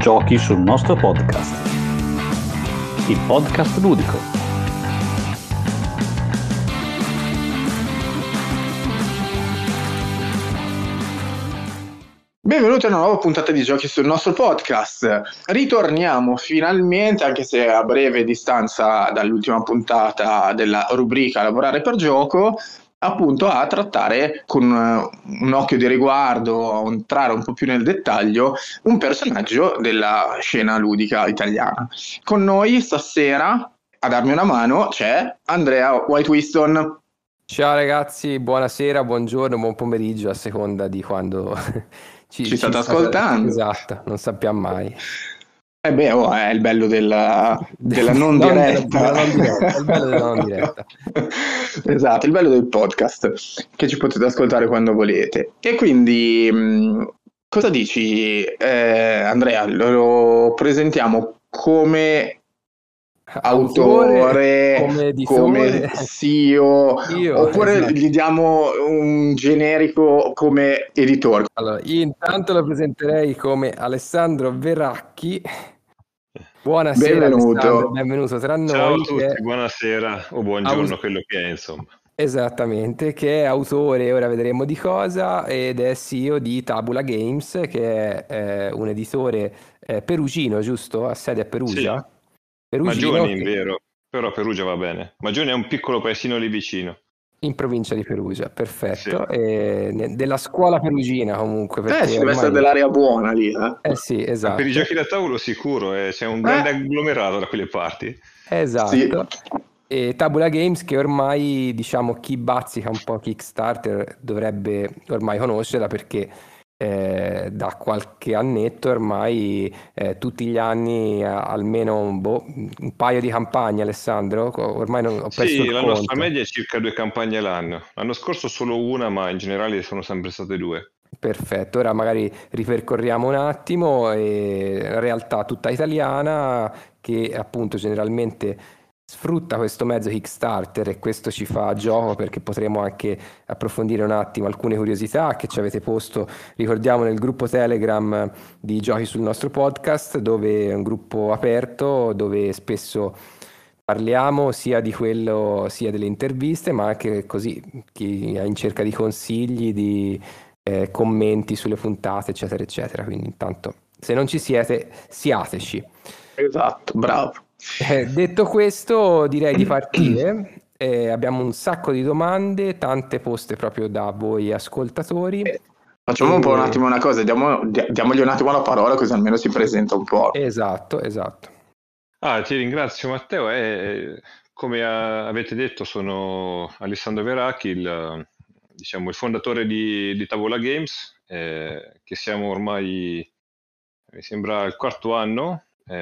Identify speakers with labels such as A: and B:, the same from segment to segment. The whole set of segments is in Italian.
A: Giochi sul nostro podcast, il podcast ludico.
B: Benvenuti a una nuova puntata di Giochi sul nostro podcast. Ritorniamo finalmente, anche se a breve distanza dall'ultima puntata della rubrica Lavorare per gioco, appunto a trattare con un occhio di riguardo, a entrare un po' più nel dettaglio, un personaggio della scena ludica italiana. Con noi stasera, a darmi una mano, c'è Andrea Whitewiston.
C: Ciao ragazzi, buonasera, buongiorno, buon pomeriggio, a seconda di quando
B: Ci state ascoltando.
C: Esatto, non sappiamo mai.
B: È il bello della non diretta.
C: È il bello della non diretta.
B: Esatto, il bello del podcast, che ci potete ascoltare quando volete. E quindi, cosa dici, Andrea? Lo presentiamo come autore, come CEO, oppure esatto, gli diamo un generico come editore?
C: Allora, io intanto lo presenterei come Alessandro Veracchi. Buonasera, Alessandro, benvenuto tra noi.
D: Ciao a tutti, buonasera o buongiorno, quello che è, insomma.
C: Esattamente, che è autore, ora vedremo di cosa, ed è CEO di Tabula Games, che è un editore perugino, giusto? Ha sede a Perugia?
D: Sì. Magione, in vero, però Perugia va bene. Magione è un piccolo paesino lì vicino.
C: In provincia di Perugia, perfetto. Sì. Della scuola perugina comunque.
B: Ci deve essere dell'area buona lì.
C: Sì, esatto.
D: Per i giochi da tavolo sicuro, c'è un grande agglomerato da quelle parti.
C: Esatto. Sì. E Tabula Games, che ormai, diciamo, chi bazzica un po' Kickstarter dovrebbe ormai conoscerla, perché da qualche annetto ormai tutti gli anni almeno un paio di campagne, Alessandro, ormai non ho perso il
D: conto.
C: Sì,
D: la nostra media è circa 2 campagne l'anno. L'anno scorso solo una, ma in generale sono sempre state 2.
C: Perfetto, ora magari ripercorriamo un attimo. In realtà tutta italiana, che appunto generalmente sfrutta questo mezzo Kickstarter, e questo ci fa gioco perché potremo anche approfondire un attimo alcune curiosità che ci avete posto, ricordiamo, nel gruppo Telegram di Giochi sul nostro podcast, dove è un gruppo aperto dove spesso parliamo sia di quello, sia delle interviste, ma anche così chi è in cerca di consigli, di commenti sulle puntate, eccetera eccetera. Quindi intanto, se non ci siete, siateci.
B: Esatto, bravo.
C: Detto questo, direi di partire. Abbiamo un sacco di domande, tante poste proprio da voi ascoltatori.
B: Facciamo un po' un attimo una cosa, diamogli un attimo la parola, così almeno si presenta un po'.
C: Esatto.
D: Ti ringrazio, Matteo. Come avete detto, sono Alessandro Veracchi, il fondatore di Tabula Games, che siamo ormai, mi sembra, il 4º anno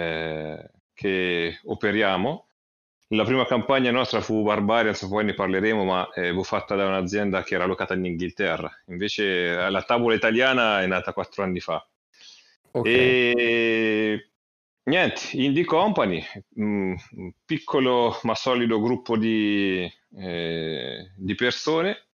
D: che operiamo. La prima campagna nostra fu Barbarians, poi ne parleremo, ma fu fatta da un'azienda che era locata in Inghilterra. Invece la tavola italiana è nata 4 anni fa. Okay. E niente, Indie Company, un piccolo ma solido gruppo di persone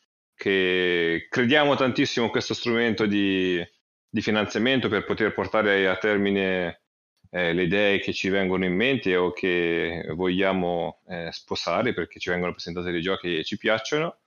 D: che crediamo tantissimo in questo strumento di finanziamento per poter portare a termine le idee che ci vengono in mente o che vogliamo sposare, perché ci vengono presentati dei giochi che ci piacciono,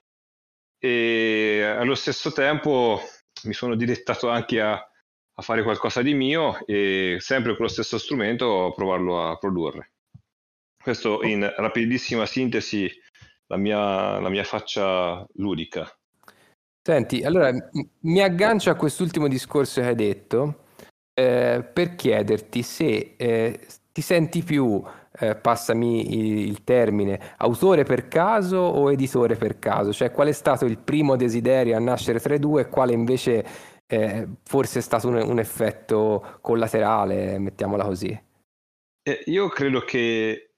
D: e allo stesso tempo mi sono dilettato anche a fare qualcosa di mio, e sempre con lo stesso strumento provarlo a produrre. Questo in rapidissima sintesi la mia faccia ludica.
C: Senti, allora mi aggancio a quest'ultimo discorso che hai detto, per chiederti se ti senti più, passami il termine, autore per caso o editore per caso? Cioè, qual è stato il primo desiderio a nascere tra i due e quale invece forse è stato un effetto collaterale, mettiamola così?
D: Io credo che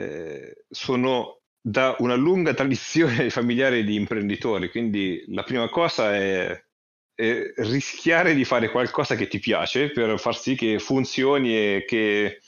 D: sono da una lunga tradizione familiare di imprenditori, quindi la prima cosa è rischiare di fare qualcosa che ti piace per far sì che funzioni e che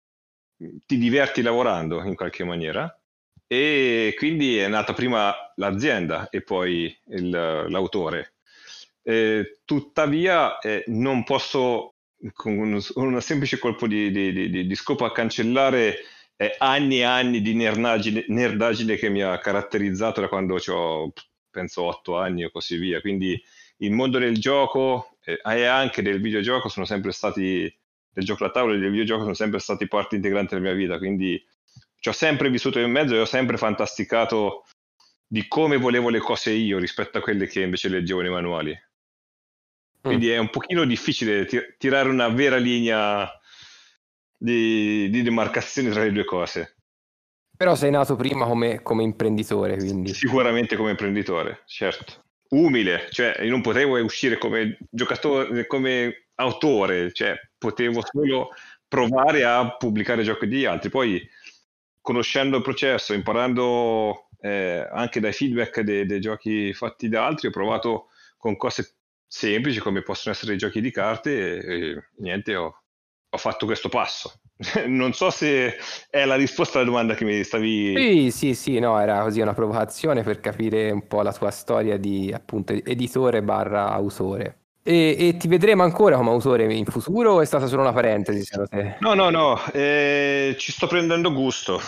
D: ti diverti lavorando in qualche maniera. E quindi è nata prima l'azienda e poi l'autore. Tuttavia non posso con un semplice colpo di scopo a cancellare anni e anni di nerdaggine che mi ha caratterizzato da quando ho, penso, 8 anni o così via. Quindi il mondo del gioco e anche del videogioco sono sempre stati, del gioco da tavola e del videogioco sono sempre stati parte integrante della mia vita, quindi ci ho sempre vissuto in mezzo e ho sempre fantasticato di come volevo le cose io rispetto a quelle che invece leggevo nei manuali. Quindi è un pochino difficile tirare una vera linea di demarcazione tra le due cose.
C: Però sei nato prima come imprenditore, quindi.
D: Sicuramente come imprenditore, certo. Umile, cioè io non potevo uscire come giocatore, come autore, cioè potevo solo provare a pubblicare giochi di altri. Poi, conoscendo il processo, imparando anche dai feedback dei giochi fatti da altri, ho provato con cose semplici come possono essere i giochi di carte e niente, ho fatto questo passo. Non so se è la risposta alla domanda che mi stavi...
C: Sì, no, era così una provocazione per capire un po' la tua storia di appunto editore / autore. E ti vedremo ancora come autore in futuro o è stata solo una parentesi secondo te?
D: No, ci sto prendendo gusto.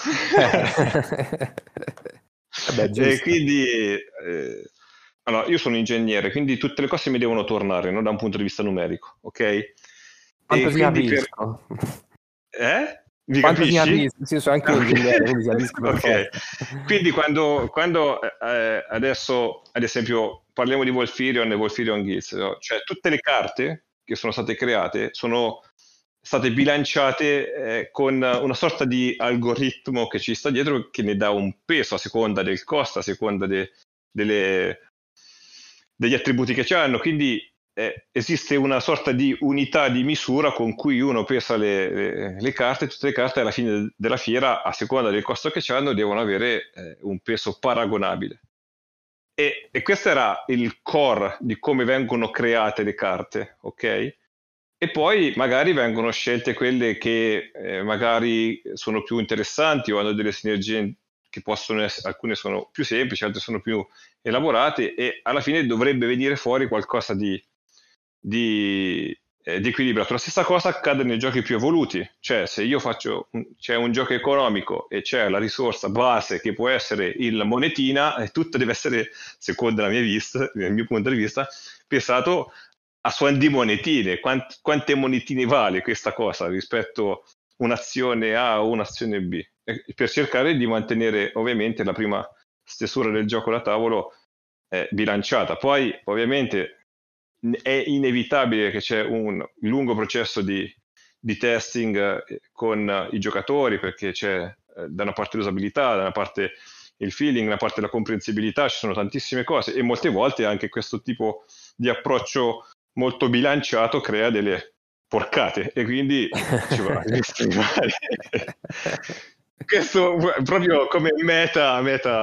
C: Vabbè, giusto.
D: Quindi, allora, io sono ingegnere, quindi tutte le cose mi devono tornare, no? Da un punto di vista numerico, ok?
C: Quanto
D: E
C: ti
D: quindi
C: capisco?
D: Mi
C: Quanto ti
D: capisci?
C: capisco? Sì, io sono anche un ingegnere, quindi ti capisco per
D: Ok,
C: forza.
D: quindi quando adesso, ad esempio, parliamo di Wolfirion e Wolfirion Guild, no? Cioè tutte le carte che sono state create sono state bilanciate con una sorta di algoritmo che ci sta dietro che ne dà un peso a seconda del costo, a seconda degli attributi che hanno, quindi esiste una sorta di unità di misura con cui uno pesa le carte, tutte le carte alla fine della fiera, a seconda del costo che hanno, devono avere un peso paragonabile. E questo era il core di come vengono create le carte, ok? E poi magari vengono scelte quelle che magari sono più interessanti o hanno delle sinergie che possono essere, alcune sono più semplici, altre sono più elaborate e alla fine dovrebbe venire fuori qualcosa di equilibrato. La stessa cosa accade nei giochi più evoluti, cioè se io c'è un gioco economico e c'è la risorsa base che può essere il monetina, e tutto deve essere, secondo la mia vista, dal mio punto di vista, pensato a suon di monetine. Quante monetine vale questa cosa rispetto a un'azione A o un'azione B? Per cercare di mantenere ovviamente la prima stesura del gioco da tavolo bilanciata. Poi ovviamente è inevitabile che c'è un lungo processo di testing con i giocatori, perché c'è da una parte l'usabilità, da una parte il feeling, da una parte la comprensibilità, ci sono tantissime cose e molte volte anche questo tipo di approccio molto bilanciato crea delle porcate e quindi ci va questo proprio come meta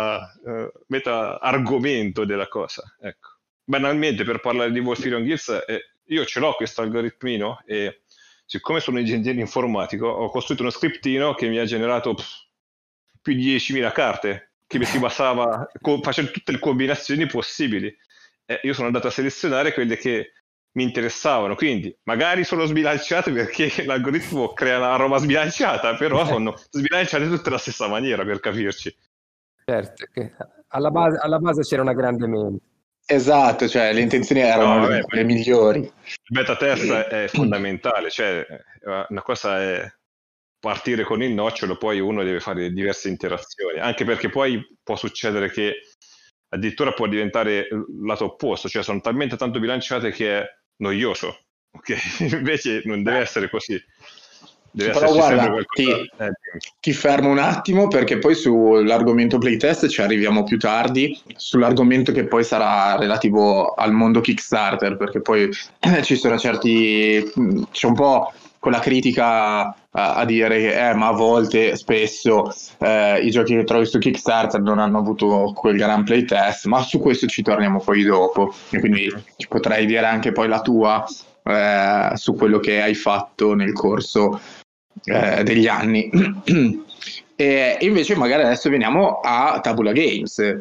D: argomento della cosa, ecco. Banalmente, per parlare di Wolfirion Guild, io ce l'ho questo algoritmino e siccome sono ingegnere informatico ho costruito uno scriptino che mi ha generato più di 10.000 carte che mi si basava facendo tutte le combinazioni possibili. Io sono andato a selezionare quelle che mi interessavano, quindi magari sono sbilanciate perché l'algoritmo crea una roba sbilanciata, però sono sbilanciate tutte alla stessa maniera, per capirci.
C: Certo, che alla base c'era una grande mente.
B: Esatto, cioè le intenzioni erano le migliori.
D: Il beta test è fondamentale, cioè una cosa è partire con il nocciolo, poi uno deve fare diverse interazioni, anche perché poi può succedere che addirittura può diventare il lato opposto, cioè sono talmente tanto bilanciate che è noioso, ok? Invece non deve essere così. Deve
B: però guarda, ti fermo un attimo perché poi sull'argomento playtest ci arriviamo più tardi, sull'argomento che poi sarà relativo al mondo Kickstarter, perché poi ci sono c'è un po' quella critica a dire che ma a volte, spesso i giochi che trovi su Kickstarter non hanno avuto quel gran playtest, ma su questo ci torniamo poi dopo e quindi ci potrai dire anche poi la tua su quello che hai fatto nel corso degli anni. E invece magari adesso veniamo a Tabula Games,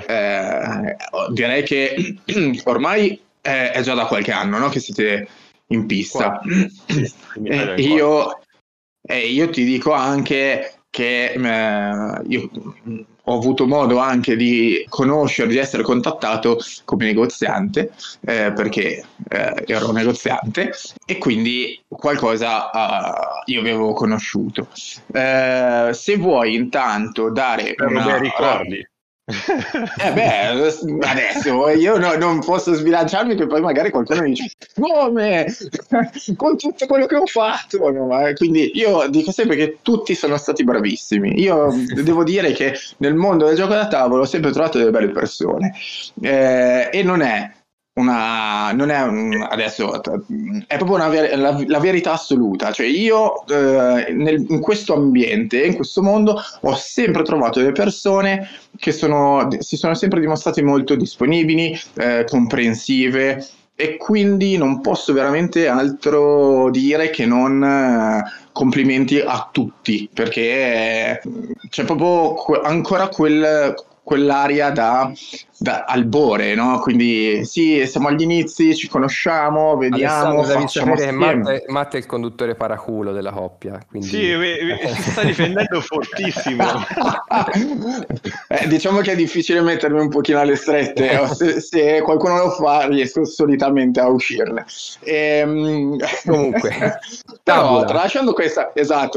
B: che direi che ormai è già da qualche anno, no? Che siete in pista.
D: Sì, in Italia in
B: Io ti dico anche che io ho avuto modo anche di conoscere, di essere contattato come negoziante, perché ero negoziante e quindi qualcosa io avevo conosciuto. Se vuoi intanto dare
D: Per bei ricordi.
B: Adesso io non posso sbilanciarmi che poi magari qualcuno mi dice come con tutto quello che ho fatto, no, quindi io dico sempre che tutti sono stati bravissimi. Io devo dire che nel mondo del gioco da tavolo ho sempre trovato delle belle persone, e non è adesso è proprio la verità assoluta, cioè io in questo ambiente, in questo mondo ho sempre trovato delle persone che si sono sempre dimostrate molto disponibili, comprensive, e quindi non posso veramente altro dire che non complimenti a tutti, perché c'è proprio ancora quell'aria da albore, no? Quindi sì, siamo agli inizi, ci conosciamo, vediamo,
C: Alessandro, devi
B: facciamo
C: sapere che
B: assieme.
C: Matt è il conduttore paraculo della coppia, quindi...
D: Sì, si sta difendendo fortissimo.
B: Diciamo che è difficile mettermi un pochino alle strette, o se qualcuno lo fa riesco solitamente a uscirne.
C: Comunque,
B: Però
C: tabula.
B: tralasciando questa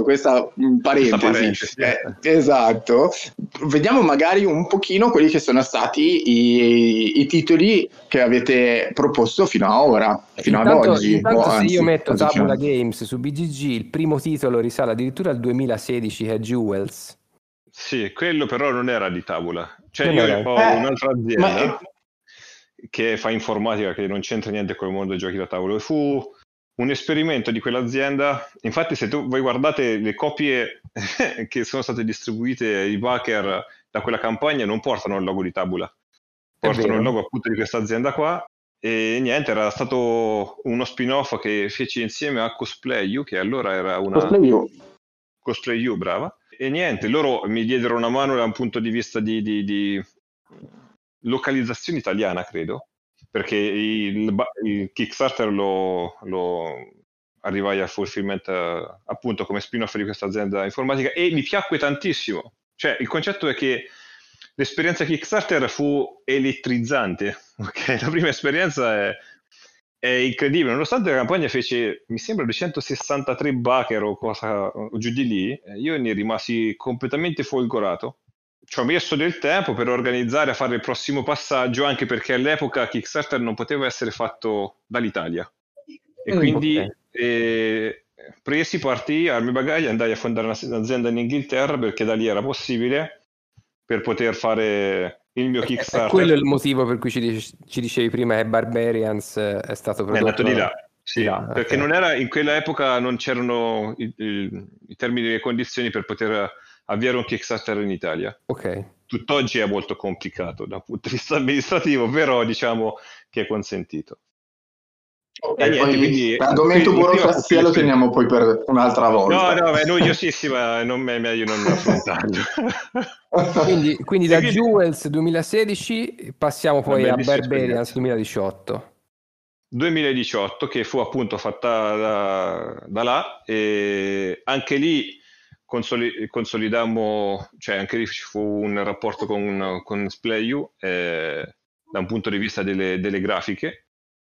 B: parentesi, esatto, vediamo magari un pochino quelli che sono stati i titoli che avete proposto fino ad ora, fino ad oggi.
C: Intanto se io
B: Anzi,
C: metto
B: oggi
C: Tabula
B: finale.
C: Games su BGG, il primo titolo risale addirittura al 2016, che è Jewels.
D: Sì, quello però non era di Tabula. Cioè
C: Non
D: io
C: era.
D: ho un'altra
B: Ma
D: azienda che fa informatica, che non c'entra niente con il mondo dei giochi da tavolo. Fu un esperimento di quell'azienda. Infatti, se voi guardate le copie che sono state distribuite ai backer da quella campagna, non portano il logo di Tabula, portano il logo appunto di questa azienda qua. E niente, era stato uno spin-off che feci insieme a Cosplay You, che allora era una Cosplay You, brava. E niente, loro mi diedero una mano da un punto di vista di localizzazione italiana, credo, perché il Kickstarter lo arrivai al fulfillment appunto come spin-off di questa azienda informatica, e mi piacque tantissimo. Cioè, il concetto è che l'esperienza Kickstarter fu elettrizzante, ok? La prima esperienza è incredibile, nonostante la campagna fece, mi sembra, 263 backer o cosa o giù di lì, io ne rimasi completamente folgorato. Ci ho messo del tempo per organizzare, a fare il prossimo passaggio, anche perché all'epoca Kickstarter non poteva essere fatto dall'Italia. E quindi presi, partì, armi e bagagli, andai a fondare un'azienda in Inghilterra, perché da lì era possibile, per poter fare il mio Kickstarter.
C: Quello è il motivo per cui ci dicevi prima che Barbarians è stato prodotto.
D: È nato di là, sì, perché non era, in quella epoca non c'erano i termini e le condizioni per poter avviare un Kickstarter in Italia.
C: Ok.
B: tutt'oggi è molto complicato da un punto di vista amministrativo, però diciamo che è consentito.
E: E niente, quindi l'argomento burocrazia lo teniamo poi per un'altra volta.
B: No, è noiosissima, non è meglio non affrontarlo.
C: quindi da Jewels 2016 passiamo poi a Barbarians 2018.
B: 2018, che fu appunto fatta da là, e anche lì consolidammo, cioè anche lì ci fu un rapporto con Splayu da un punto di vista delle grafiche.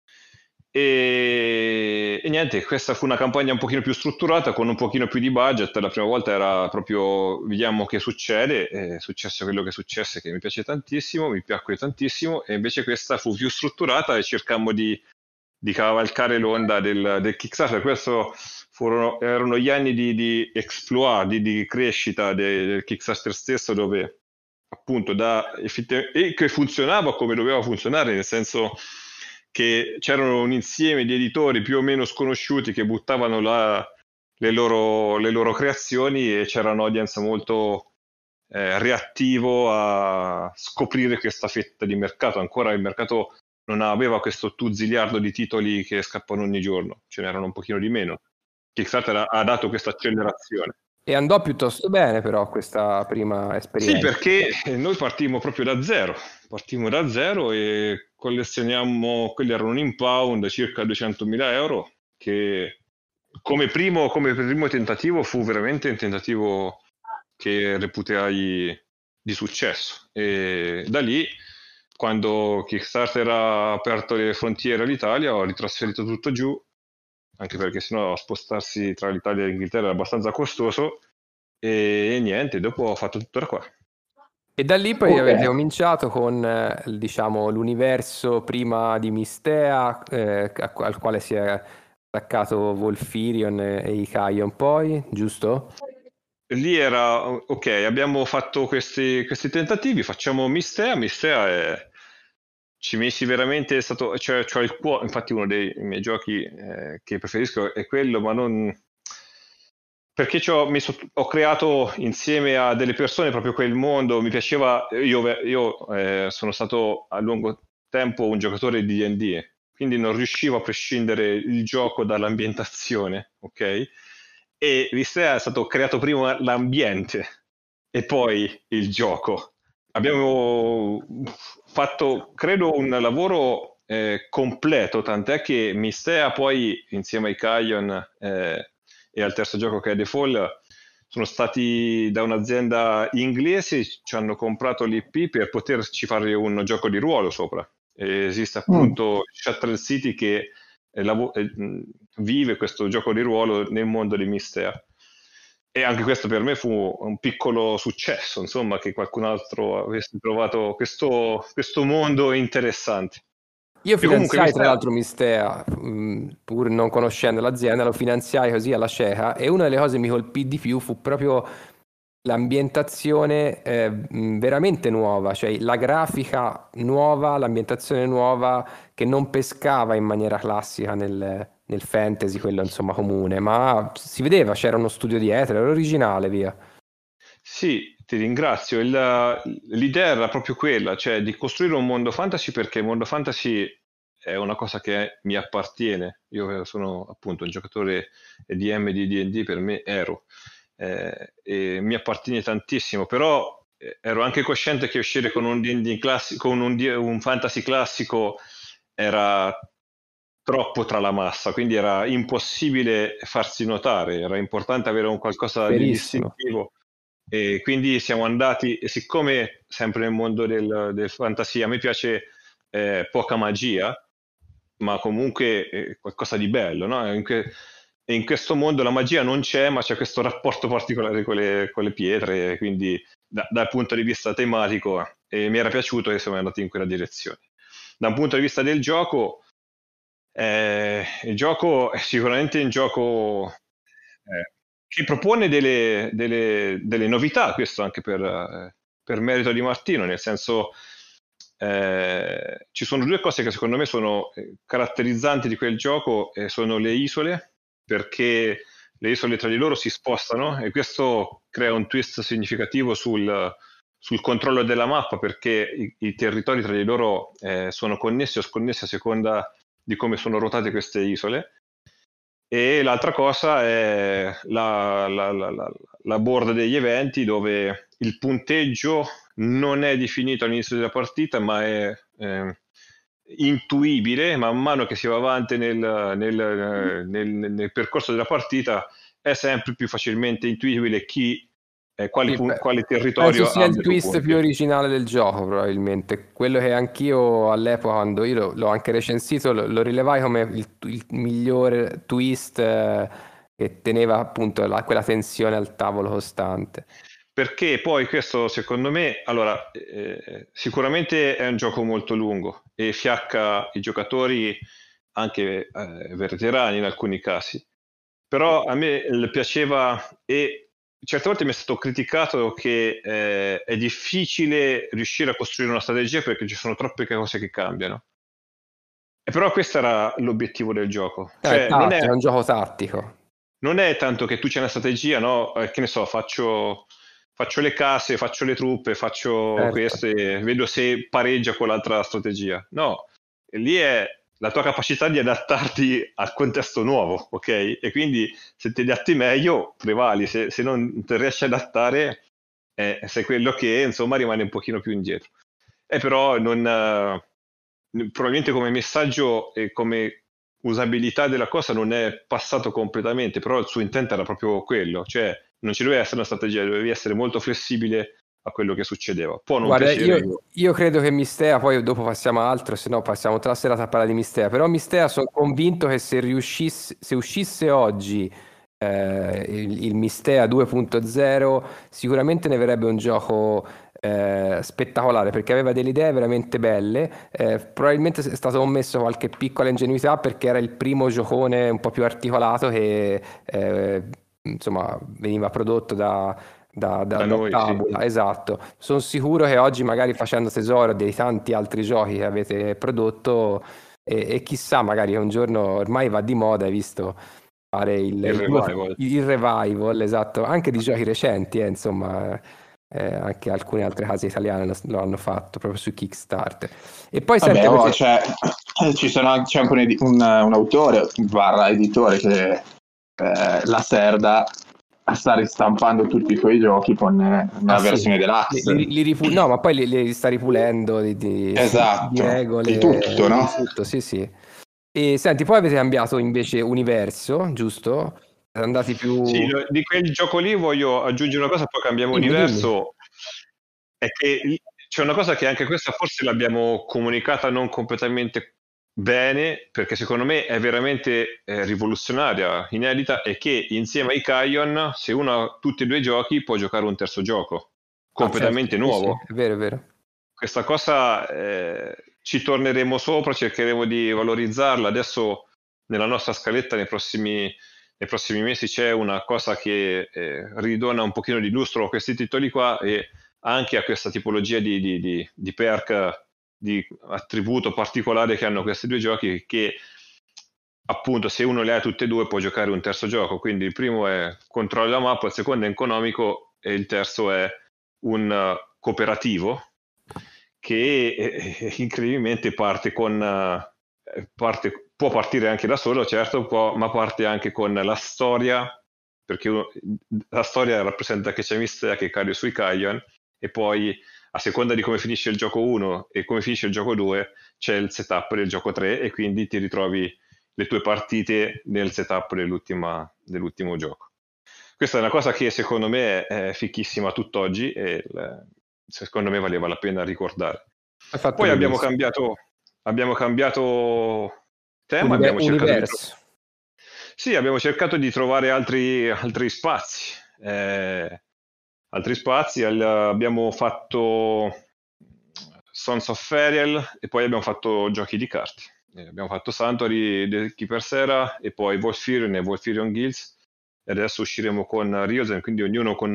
B: E niente, questa fu una campagna un pochino più strutturata, con un pochino più di budget. La prima volta era proprio vediamo che succede, è successo quello che successe, che mi piace tantissimo, mi piacque tantissimo, e invece questa fu più strutturata e cercammo di cavalcare l'onda del Kickstarter. Questo erano gli anni di exploit, di crescita del Kickstarter stesso, dove appunto e che funzionava come doveva funzionare, nel senso che c'erano un insieme di editori più o meno sconosciuti che buttavano le loro creazioni, e c'era un audience molto reattivo a scoprire questa fetta di mercato. Ancora il mercato non aveva questo tuzziliardo di titoli che scappano ogni giorno, ce n'erano un pochino di meno. Kickstarter ha dato questa accelerazione.
C: E andò piuttosto bene però questa prima esperienza.
B: Sì, perché noi partimmo proprio da zero. Partimmo da zero e collezioniamo, quelli erano un impound, circa 200.000 euro,
D: che come primo tentativo fu veramente un tentativo che reputai di successo, e da lì, quando Kickstarter ha aperto le frontiere all'Italia, ho ritrasferito tutto giù, anche perché sennò spostarsi tra l'Italia e l'Inghilterra era abbastanza costoso, e niente, dopo ho fatto tutto da qua.
C: E da lì poi avete cominciato con, diciamo, l'universo prima di Mistea, al quale si è attaccato Volfirion e Icaion poi, giusto?
D: Lì era, ok, abbiamo fatto questi tentativi, facciamo Mistea ci messi veramente, è stato, cioè il cuore, infatti uno dei miei giochi che preferisco è quello, ma non... Perché ho creato insieme a delle persone proprio quel mondo, mi piaceva, io sono stato a lungo tempo un giocatore di D&D, quindi non riuscivo a prescindere il gioco dall'ambientazione, ok? E Vistea è stato creato prima l'ambiente e poi il gioco. Abbiamo fatto, credo, un lavoro completo, tant'è che Mistea poi, insieme ai Kion e al terzo gioco che è The Fall, sono stati da un'azienda inglese, ci hanno comprato l'IP per poterci fare un gioco di ruolo sopra. E esiste appunto Shattered City che vive questo gioco di ruolo nel mondo di Mistea. E anche questo per me fu un piccolo successo, insomma, che qualcun altro avesse trovato questo mondo interessante.
C: Io
D: E comunque
C: finanziai tra l'altro Mistea, pur non conoscendo l'azienda, lo finanziai così alla cieca, e una delle cose che mi colpì di più fu proprio l'ambientazione veramente nuova, cioè la grafica nuova, l'ambientazione nuova che non pescava in maniera classica nel fantasy, quello insomma comune, ma si vedeva, c'era uno studio dietro, era originale, via.
D: Sì, ti ringrazio. L'idea era proprio quella, cioè di costruire un mondo fantasy, perché il mondo fantasy è una cosa che mi appartiene. Io sono appunto un giocatore DM di D&D, per me ero, e mi appartiene tantissimo, però ero anche cosciente che uscire con un D&D classico, con un fantasy classico era troppo tra la massa, quindi era impossibile farsi notare, era importante avere un qualcosa di
C: Verissimo.
D: distintivo. E quindi siamo andati, e siccome sempre nel mondo del fantasia a me piace poca magia, ma comunque qualcosa di bello, no? E in questo mondo la magia non c'è, ma c'è questo rapporto particolare con le pietre, quindi dal punto di vista tematico mi era piaciuto e siamo andati in quella direzione. Da un punto di vista del gioco, il gioco è sicuramente un gioco che propone delle novità, questo anche per merito di Martino, nel senso ci sono due cose che secondo me sono caratterizzanti di quel gioco, sono le isole, perché le isole tra di loro si spostano e questo crea un twist significativo sul controllo della mappa, perché i territori tra di loro sono connessi o sconnessi a seconda di come sono ruotate queste isole. E l'altra cosa è la board degli eventi, dove il punteggio non è definito all'inizio della partita, ma è intuibile man mano che si va avanti nel percorso della partita. È sempre più facilmente intuibile quale territorio
C: Penso sia il
D: abbia più
C: twist
D: punti.
C: più originale del gioco, probabilmente. Quello che anch'io all'epoca, quando io l'ho anche recensito, lo rilevai come il migliore twist che teneva appunto quella tensione al tavolo costante.
D: Perché poi questo, secondo me, allora, sicuramente è un gioco molto lungo e fiacca i giocatori anche veterani in alcuni casi. Però a me piaceva, e certe volte mi è stato criticato che è difficile riuscire a costruire una strategia perché ci sono troppe cose che cambiano. E però questo era l'obiettivo del gioco.
C: È
D: Cioè,
C: tattico, è un gioco tattico.
D: non è tanto che tu c'è una strategia, no? Che ne so, faccio le case, faccio le truppe, faccio
C: Certo.
D: questo e vedo se pareggia con l'altra strategia. No, e lì è la tua capacità di adattarti al contesto nuovo, ok? E quindi se ti adatti meglio, prevali, se non ti riesci ad adattare, sei quello che insomma rimane un pochino più indietro. E però probabilmente come messaggio e come usabilità della cosa non è passato completamente, però il suo intento era proprio quello, cioè non ci doveva essere una strategia, dovevi essere molto flessibile a quello che succedeva. Può non
C: Guarda,
D: piacere.
C: io credo che Mistea, poi dopo passiamo a altro, se no passiamo tutta la serata a parlare di Mistea, però Mistea sono convinto che se uscisse oggi il Mistea 2.0 sicuramente ne verrebbe un gioco spettacolare, perché aveva delle idee veramente belle, probabilmente è stato commesso qualche piccola ingenuità perché era il primo giocone un po' più articolato che insomma veniva prodotto da
D: noi,
C: Tabula,
D: sì.
C: esatto. Sono sicuro che oggi magari facendo tesoro dei tanti altri giochi che avete prodotto e chissà magari un giorno ormai va di moda, hai visto fare il revival, esatto, anche di giochi recenti, insomma, anche alcune altre case italiane lo hanno fatto proprio su Kickstarter. E poi
B: Vabbè,
C: senti,
B: c'è anche un autore / editore che la Serda sta ristampando tutti i suoi giochi con una versione deluxe.
C: No, ma poi li sta ripulendo
B: Esatto,
C: di regole,
B: di tutto, no?
C: di tutto, sì, sì. E senti, poi avete cambiato invece universo, giusto? Siete andati più...
D: Sì, di quel gioco lì voglio aggiungere una cosa, poi cambiamo universo. È che c'è una cosa che anche questa forse l'abbiamo comunicata non completamente bene, perché secondo me è veramente rivoluzionaria, inedita, è che insieme ai Kion, se uno ha tutti e due i giochi, può giocare un terzo gioco, completamente
C: certo,
D: nuovo.
C: Sì, è vero, è vero.
D: Questa cosa ci torneremo sopra, cercheremo di valorizzarla. Adesso nella nostra scaletta nei prossimi mesi c'è una cosa che ridona un pochino di lustro a questi titoli qua e anche a questa tipologia di perk, di attributo particolare che hanno questi due giochi, che appunto se uno le ha tutte e due può giocare un terzo gioco. Quindi il primo è controlla la mappa, il secondo è economico e il terzo è un cooperativo che incredibilmente parte con può partire anche da solo, certo, ma parte anche con la storia, perché la storia rappresenta che c'è Mistea che cade sui Kion, e poi a seconda di come finisce il gioco 1 e come finisce il gioco 2 c'è il setup del gioco 3 e quindi ti ritrovi le tue partite nel setup dell'ultimo gioco. Questa è una cosa che secondo me è fichissima tutt'oggi e secondo me valeva la pena ricordare. Poi abbiamo cambiato tema, abbiamo cercato di trovare altri spazi. Abbiamo fatto Sons of Ferial e poi abbiamo fatto giochi di carte. Abbiamo fatto Santori, The Keeper's Era e poi Volfirion e Volfirion Guilds. E adesso usciremo con Riozen, quindi ognuno con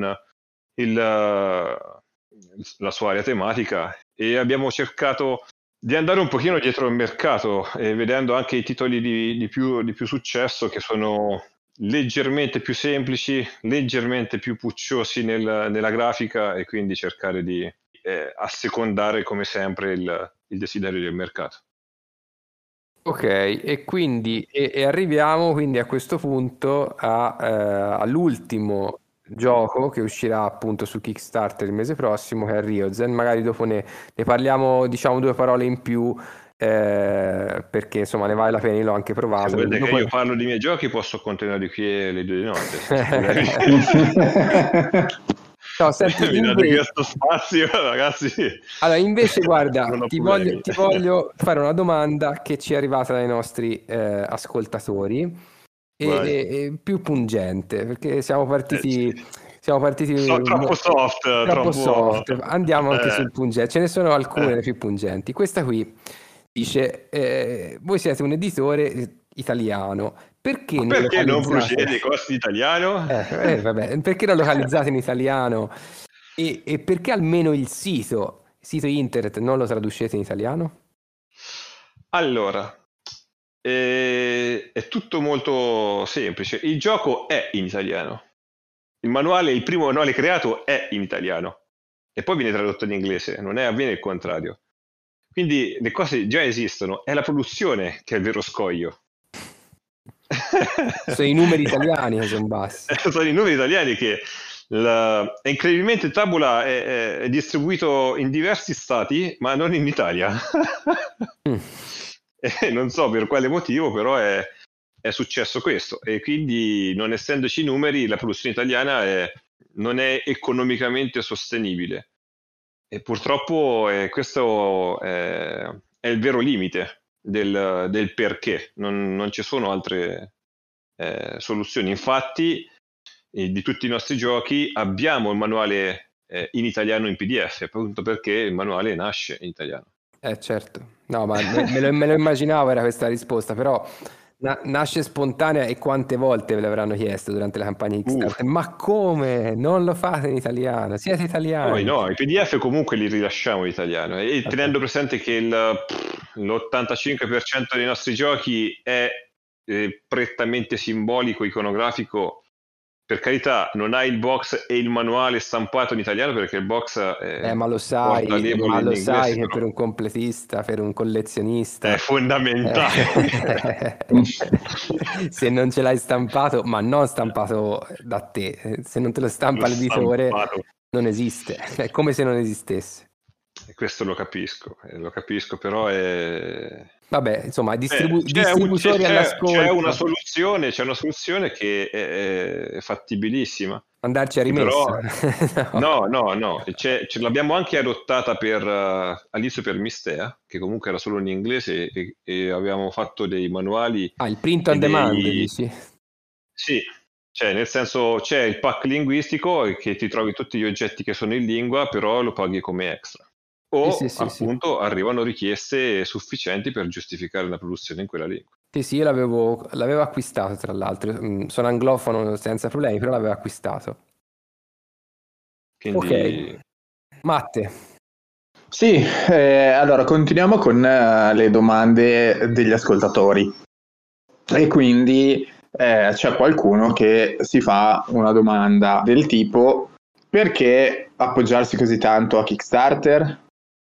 D: la sua area tematica, e abbiamo cercato di andare un pochino dietro il mercato vedendo anche i titoli di più successo, che sono leggermente più semplici, leggermente più pucciosi nella grafica, e quindi cercare di assecondare come sempre il desiderio del mercato.
C: Ok, e quindi arriviamo quindi a questo punto all'ultimo gioco che uscirà appunto su Kickstarter il mese prossimo, che è Riozen. Magari dopo ne parliamo, diciamo, due parole in più, perché insomma ne vale la pena, io l'ho anche provato.
D: Se volete che io parlo di miei giochi posso continuare qui le 2 di notte.
C: No, senti,
D: mi date questo spazio, ragazzi.
C: Allora, invece, guarda, ti voglio fare una domanda che ci è arrivata dai nostri ascoltatori, e più pungente, perché siamo partiti
D: troppo soft.
C: Andiamo anche sul pungente, ce ne sono alcune più pungenti. Questa qui dice: voi siete un editore italiano, perché
D: non procedi costi italiano?
C: Vabbè, perché non localizzate in italiano e perché almeno il sito internet non lo traducete in italiano?
D: Allora, è tutto molto semplice. Il gioco è in italiano. Il primo manuale creato è in italiano e poi viene tradotto in inglese, non avviene il contrario. Quindi le cose già esistono, è la produzione che è il vero scoglio.
C: Sono i numeri italiani che sono bassi.
D: Sono i numeri italiani che incredibilmente Tabula è distribuito in diversi stati, ma non in Italia. e non so per quale motivo, però è successo questo, e quindi non essendoci i numeri la produzione italiana non è economicamente sostenibile, e purtroppo questo è il vero limite del perché non ci sono altre soluzioni. Infatti di tutti i nostri giochi abbiamo il manuale in italiano in PDF, appunto perché il manuale nasce in italiano.
C: Certo, no, ma me lo immaginavo era questa risposta, però nasce spontanea. E quante volte ve l'avranno chiesto durante la campagna Kickstarter? Ma come? Non lo fate in italiano? Siete italiani?
D: No, i PDF comunque li rilasciamo in italiano, e tenendo presente che l'85% dei nostri giochi è prettamente simbolico, iconografico. Per carità, non hai il box e il manuale stampato in italiano, perché il box
C: ma lo sai,
D: porta label in inglese,
C: che per un completista, per un collezionista
D: è fondamentale.
C: Se non ce l'hai stampato, ma non stampato da te, se non te lo stampa l'editore, non esiste, è come se non esistesse.
D: E questo lo capisco, però è...
C: Vabbè, insomma, distributori all'ascolto.
D: C'è una soluzione che è fattibilissima.
C: Mandarci a rimessa.
D: Però, no. Ce l'abbiamo anche adottata all'inizio per Mistea, che comunque era solo in inglese, e avevamo fatto dei manuali.
C: Il print on demand, dici?
D: Sì, cioè nel senso c'è il pack linguistico che ti trovi tutti gli oggetti che sono in lingua, però lo paghi come extra. O appunto arrivano richieste sufficienti per giustificare la produzione in quella lingua.
C: Sì, io l'avevo acquistato, tra l'altro. Sono anglofono senza problemi, però l'avevo acquistato.
D: Quindi...
C: Ok, Matte.
B: Sì, allora continuiamo con le domande degli ascoltatori. E quindi c'è qualcuno che si fa una domanda del tipo: perché appoggiarsi così tanto a Kickstarter?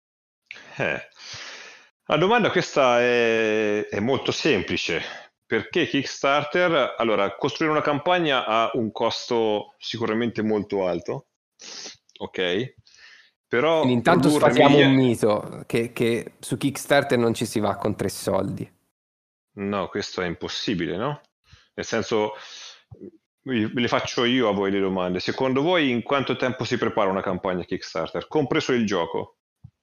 D: La domanda questa è molto semplice, perché Kickstarter, allora, costruire una campagna ha un costo sicuramente molto alto, ok? Però
C: quindi intanto sfatiamo un mito, che su Kickstarter non ci si va con 3 soldi.
D: No, questo è impossibile, no? Nel senso, ve le faccio io a voi le domande. Secondo voi in quanto tempo si prepara una campagna Kickstarter, compreso il gioco?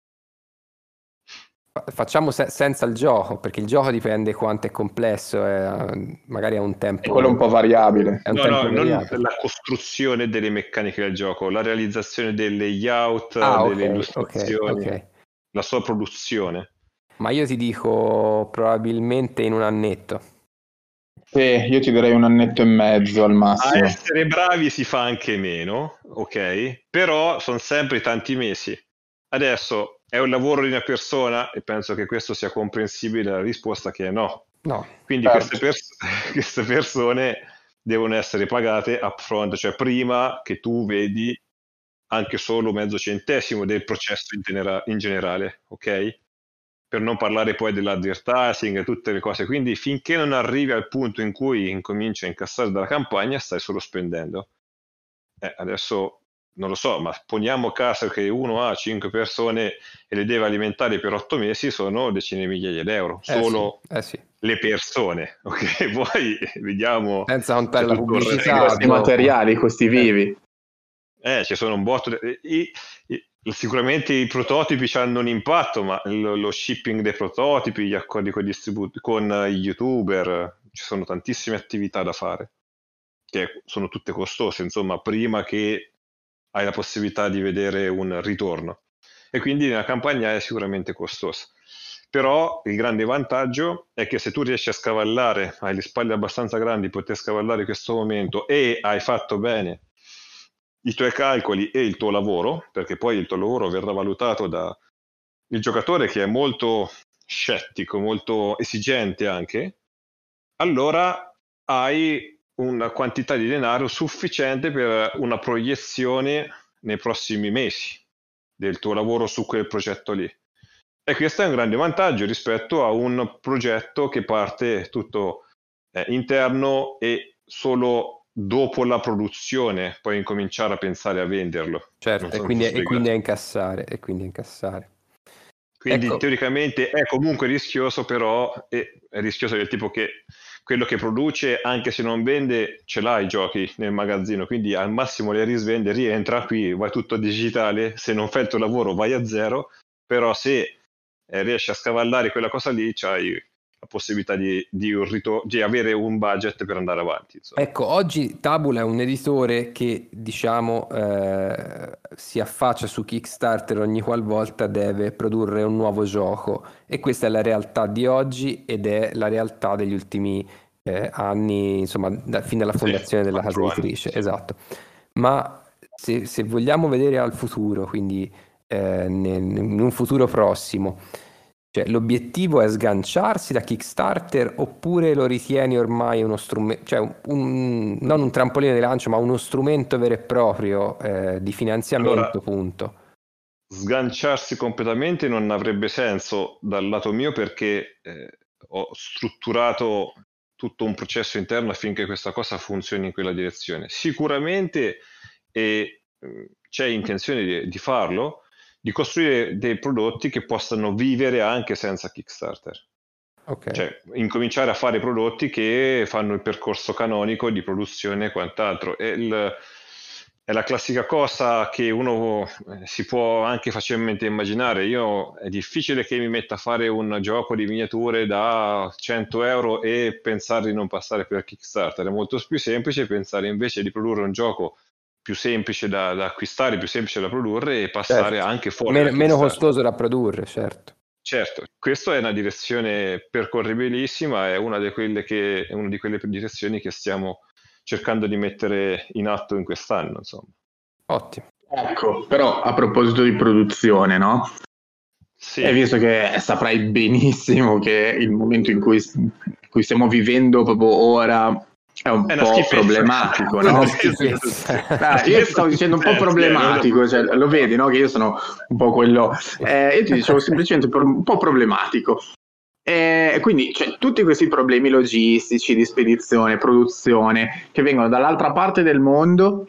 C: Facciamo senza il gioco, perché il gioco dipende quanto è complesso, magari ha un tempo...
B: È quello un po' variabile.
D: Non la costruzione delle meccaniche del gioco, la realizzazione del layout, delle illustrazioni, la sua produzione.
C: Ma io ti dico probabilmente in un annetto.
B: Io ti direi un annetto e mezzo al massimo.
D: A essere bravi si fa anche meno, ok? Però sono sempre tanti mesi. Adesso è un lavoro di una persona, e penso che questo sia comprensibile, la risposta che è no. Quindi queste persone devono essere pagate upfront, cioè prima che tu vedi anche solo mezzo centesimo del processo in generale, ok? Per non parlare poi dell'advertising e tutte le cose. Quindi finché non arrivi al punto in cui incominci a incassare dalla campagna, stai solo spendendo. Adesso non lo so, ma poniamo caso che uno ha 5 persone e le deve alimentare per 8 mesi, sono decine di migliaia di euro. Solo le persone, ok? Poi vediamo...
C: Senza contare la pubblicità.
B: Questi materiali, questi vivi.
D: Ci sono un botto... Sicuramente i prototipi hanno un impatto, ma lo shipping dei prototipi, gli accordi con i youtuber, ci sono tantissime attività da fare, che sono tutte costose, insomma, prima che hai la possibilità di vedere un ritorno. E quindi la campagna è sicuramente costosa. Però il grande vantaggio è che se tu riesci a scavallare, hai le spalle abbastanza grandi, poter scavallare questo momento e hai fatto bene i tuoi calcoli e il tuo lavoro, perché poi il tuo lavoro verrà valutato dal giocatore, che è molto scettico, molto esigente anche, allora hai una quantità di denaro sufficiente per una proiezione nei prossimi mesi del tuo lavoro su quel progetto lì. E questo è un grande vantaggio rispetto a un progetto che parte tutto interno e solo dopo la produzione puoi incominciare a pensare a venderlo.
C: Certo, e quindi a incassare.
D: Quindi
C: Ecco.
D: teoricamente è comunque rischioso, però è rischioso del tipo che quello che produce, anche se non vende, ce l'ha i giochi nel magazzino, quindi al massimo le risvende, rientra, qui vai tutto digitale, se non fai il tuo lavoro vai a zero, però se riesci a scavallare quella cosa lì, c'hai la possibilità di avere un budget per andare avanti, insomma.
C: Ecco, oggi Tabula è un editore che, diciamo, si affaccia su Kickstarter ogni qualvolta deve produrre un nuovo gioco, e questa è la realtà di oggi ed è la realtà degli ultimi anni, insomma, fin dalla fondazione della casa
D: 4 anni,
C: editrice,
D: sì.
C: esatto. Ma se vogliamo vedere al futuro, quindi in un futuro prossimo, cioè, l'obiettivo è sganciarsi da Kickstarter, oppure lo ritieni ormai uno strumento, cioè non un trampolino di lancio, ma uno strumento vero e proprio di finanziamento,
D: Allora,
C: punto.
D: Sganciarsi completamente non avrebbe senso dal lato mio, perché ho strutturato tutto un processo interno affinché questa cosa funzioni in quella direzione. Sicuramente c'è intenzione di farlo, di costruire dei prodotti che possano vivere anche senza Kickstarter.
C: Ok.
D: Cioè, incominciare a fare prodotti che fanno il percorso canonico di produzione e quant'altro. È la classica cosa che uno si può anche facilmente immaginare. È difficile che mi metta a fare un gioco di miniature da 100 euro e pensare di non passare per Kickstarter. È molto più semplice pensare invece di produrre un gioco più semplice da acquistare, più semplice da produrre, e passare
C: Certo.
D: anche fuori da
C: Meno
D: Kickstarter.
C: costoso da produrre, certo.
D: Certo, questa è una direzione percorribilissima, è una di quelle direzioni che stiamo cercando di mettere in atto in quest'anno, insomma.
C: Ottimo.
B: Ecco, però a proposito di produzione, no?
D: Sì.
B: E visto che saprai benissimo che il momento in cui stiamo vivendo proprio ora è un
D: È una
B: po'
D: schifezza.
B: problematico,
C: Una
B: no?
C: schifezza.
B: Io ti stavo dicendo un po' problematico, cioè, lo vedi, no? Che io sono un po' quello. Io ti dicevo semplicemente un po' problematico. E quindi tutti questi problemi logistici, di spedizione, produzione, che vengono dall'altra parte del mondo.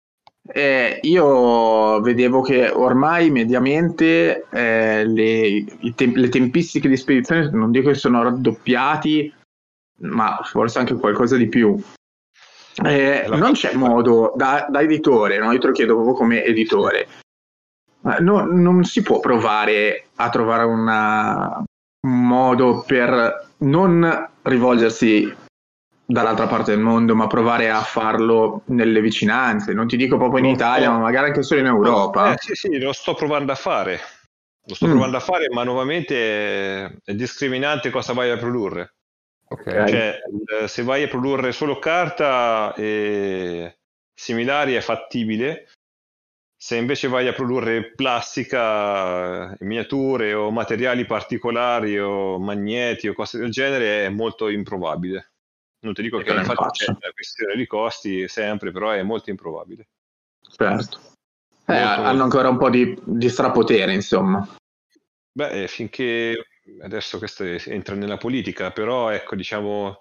B: Io vedevo che ormai mediamente le tempistiche di spedizione, non dico che sono raddoppiati, ma forse anche qualcosa di più. Non c'è modo da editore, no? Io te lo chiedo proprio come editore. Non si può provare a trovare un modo per non rivolgersi dall'altra parte del mondo, ma provare a farlo nelle vicinanze, non ti dico proprio in Italia, ma magari anche solo in Europa.
D: Sì, lo sto provando a fare. Ma nuovamente è discriminante cosa vai a produrre.
C: Okay.
D: Cioè, se vai a produrre solo carta e similari è fattibile. Se invece vai a produrre plastica, miniature o materiali particolari o magneti o cose del genere, è molto improbabile. Non ti dico che infatti c'è una questione di costi sempre, però è molto improbabile.
B: Certo. Hanno ancora un po' di strapotere, insomma.
D: Beh, finché adesso questo entra nella politica, però ecco, diciamo,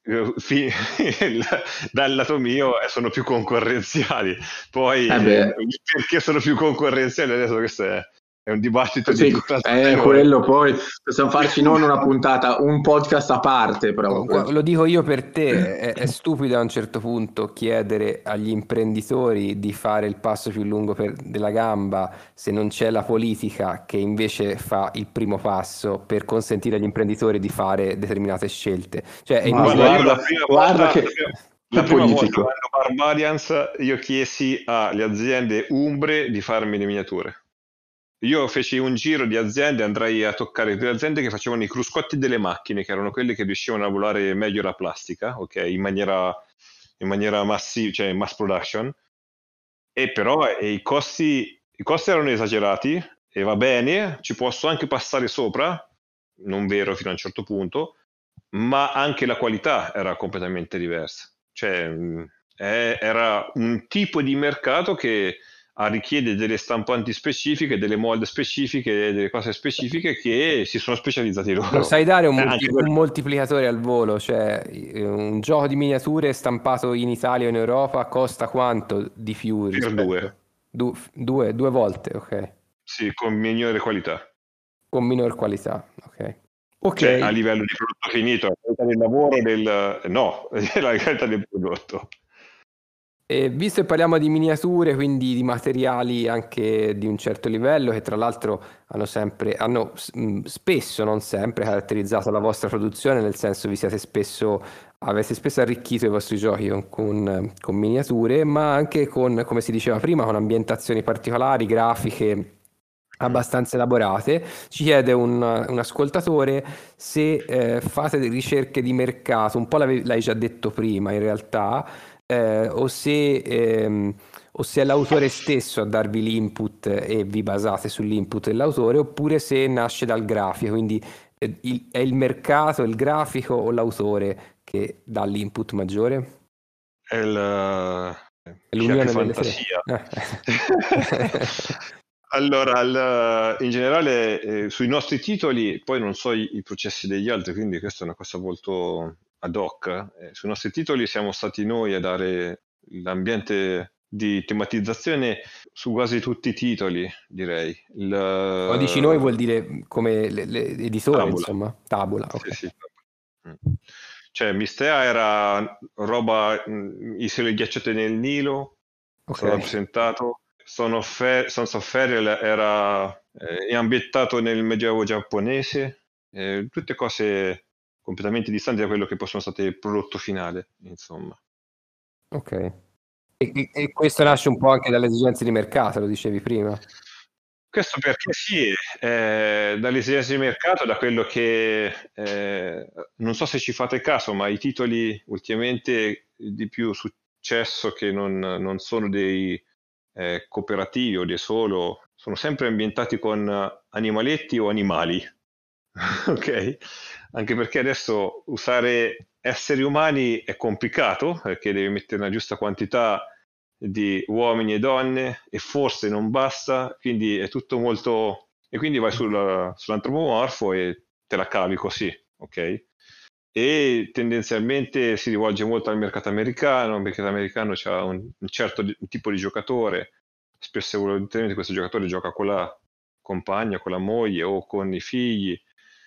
D: dal lato mio sono più concorrenziali. Poi perché sono più concorrenziali adesso, questo è un dibattito di tutt'altro tenore.
B: Quello poi possiamo farci non una puntata, un podcast a parte, però.
C: Lo dico io per te, è stupido a un certo punto chiedere agli imprenditori di fare il passo più lungo della gamba se non c'è la politica che invece fa il primo passo per consentire agli imprenditori di fare determinate scelte. Cioè, è
B: guarda che
D: la prima volta quando Barbarians io chiesi alle aziende umbre di farmi le miniature. Io feci un giro di aziende, andrai a toccare delle aziende che facevano i cruscotti delle macchine, che erano quelle che riuscivano a volare meglio la plastica, ok, in maniera massiva, cioè mass production, e però i costi erano esagerati, e va bene, ci posso anche passare sopra, non vero fino a un certo punto, ma anche la qualità era completamente diversa. Cioè, era un tipo di mercato che richiede delle stampanti specifiche, delle mold specifiche, delle cose specifiche che si sono specializzati loro.
C: Lo sai dare un moltiplicatore al volo? Cioè, un gioco di miniature stampato in Italia o in Europa costa quanto di più?
D: Per due.
C: Due volte, ok.
D: Sì, con minore qualità.
C: con minor qualità, ok.
D: Cioè, a livello di prodotto finito, la qualità del lavoro no, la qualità del prodotto.
C: E visto che parliamo di miniature, quindi di materiali anche di un certo livello, che tra l'altro hanno spesso, non sempre, caratterizzato la vostra produzione, nel senso avete spesso arricchito i vostri giochi con miniature, ma anche con, come si diceva prima, con ambientazioni particolari, grafiche abbastanza elaborate. Ci chiede un ascoltatore se fate ricerche di mercato, un po' l'hai già detto prima in realtà, o se è l'autore stesso a darvi l'input e vi basate sull'input dell'autore, oppure se nasce dal grafico, quindi è il mercato, il grafico o l'autore che dà l'input maggiore?
D: È
C: L'unione delle
D: fantasia.
C: tre.
D: Allora, in generale, sui nostri titoli, poi non so i processi degli altri, quindi questa è una cosa molto ad hoc. Sui nostri titoli siamo stati noi a dare l'ambiente di tematizzazione su quasi tutti i titoli, direi.
C: O dici noi vuol dire come l'editore,
D: Tabula.
C: insomma. Tabula, ok.
D: Sì. Cioè, Mistea era roba, isole ghiacciate nel Nilo, stato rappresentato. Sons of Ferial era ambientato nel Medioevo giapponese, tutte cose completamente distanti da quello che poi sono state il prodotto finale, insomma.
C: Ok. E questo nasce un po' anche dalle esigenze di mercato, lo dicevi prima.
D: Questo perché sì, dalle esigenze di mercato, da quello che non so se ci fate caso, ma i titoli ultimamente di più successo che non sono dei cooperativi o dei solo, sono sempre ambientati con animaletti o animali. Ok? Anche perché adesso usare esseri umani è complicato, perché devi mettere una giusta quantità di uomini e donne e forse non basta, quindi è tutto molto... e quindi vai sull'antropomorfo e te la cavi così, ok? E tendenzialmente si rivolge molto al mercato americano. Il mercato americano ha un certo tipo di giocatore, spesso e volentieri questo giocatore gioca con la compagna, con la moglie o con i figli,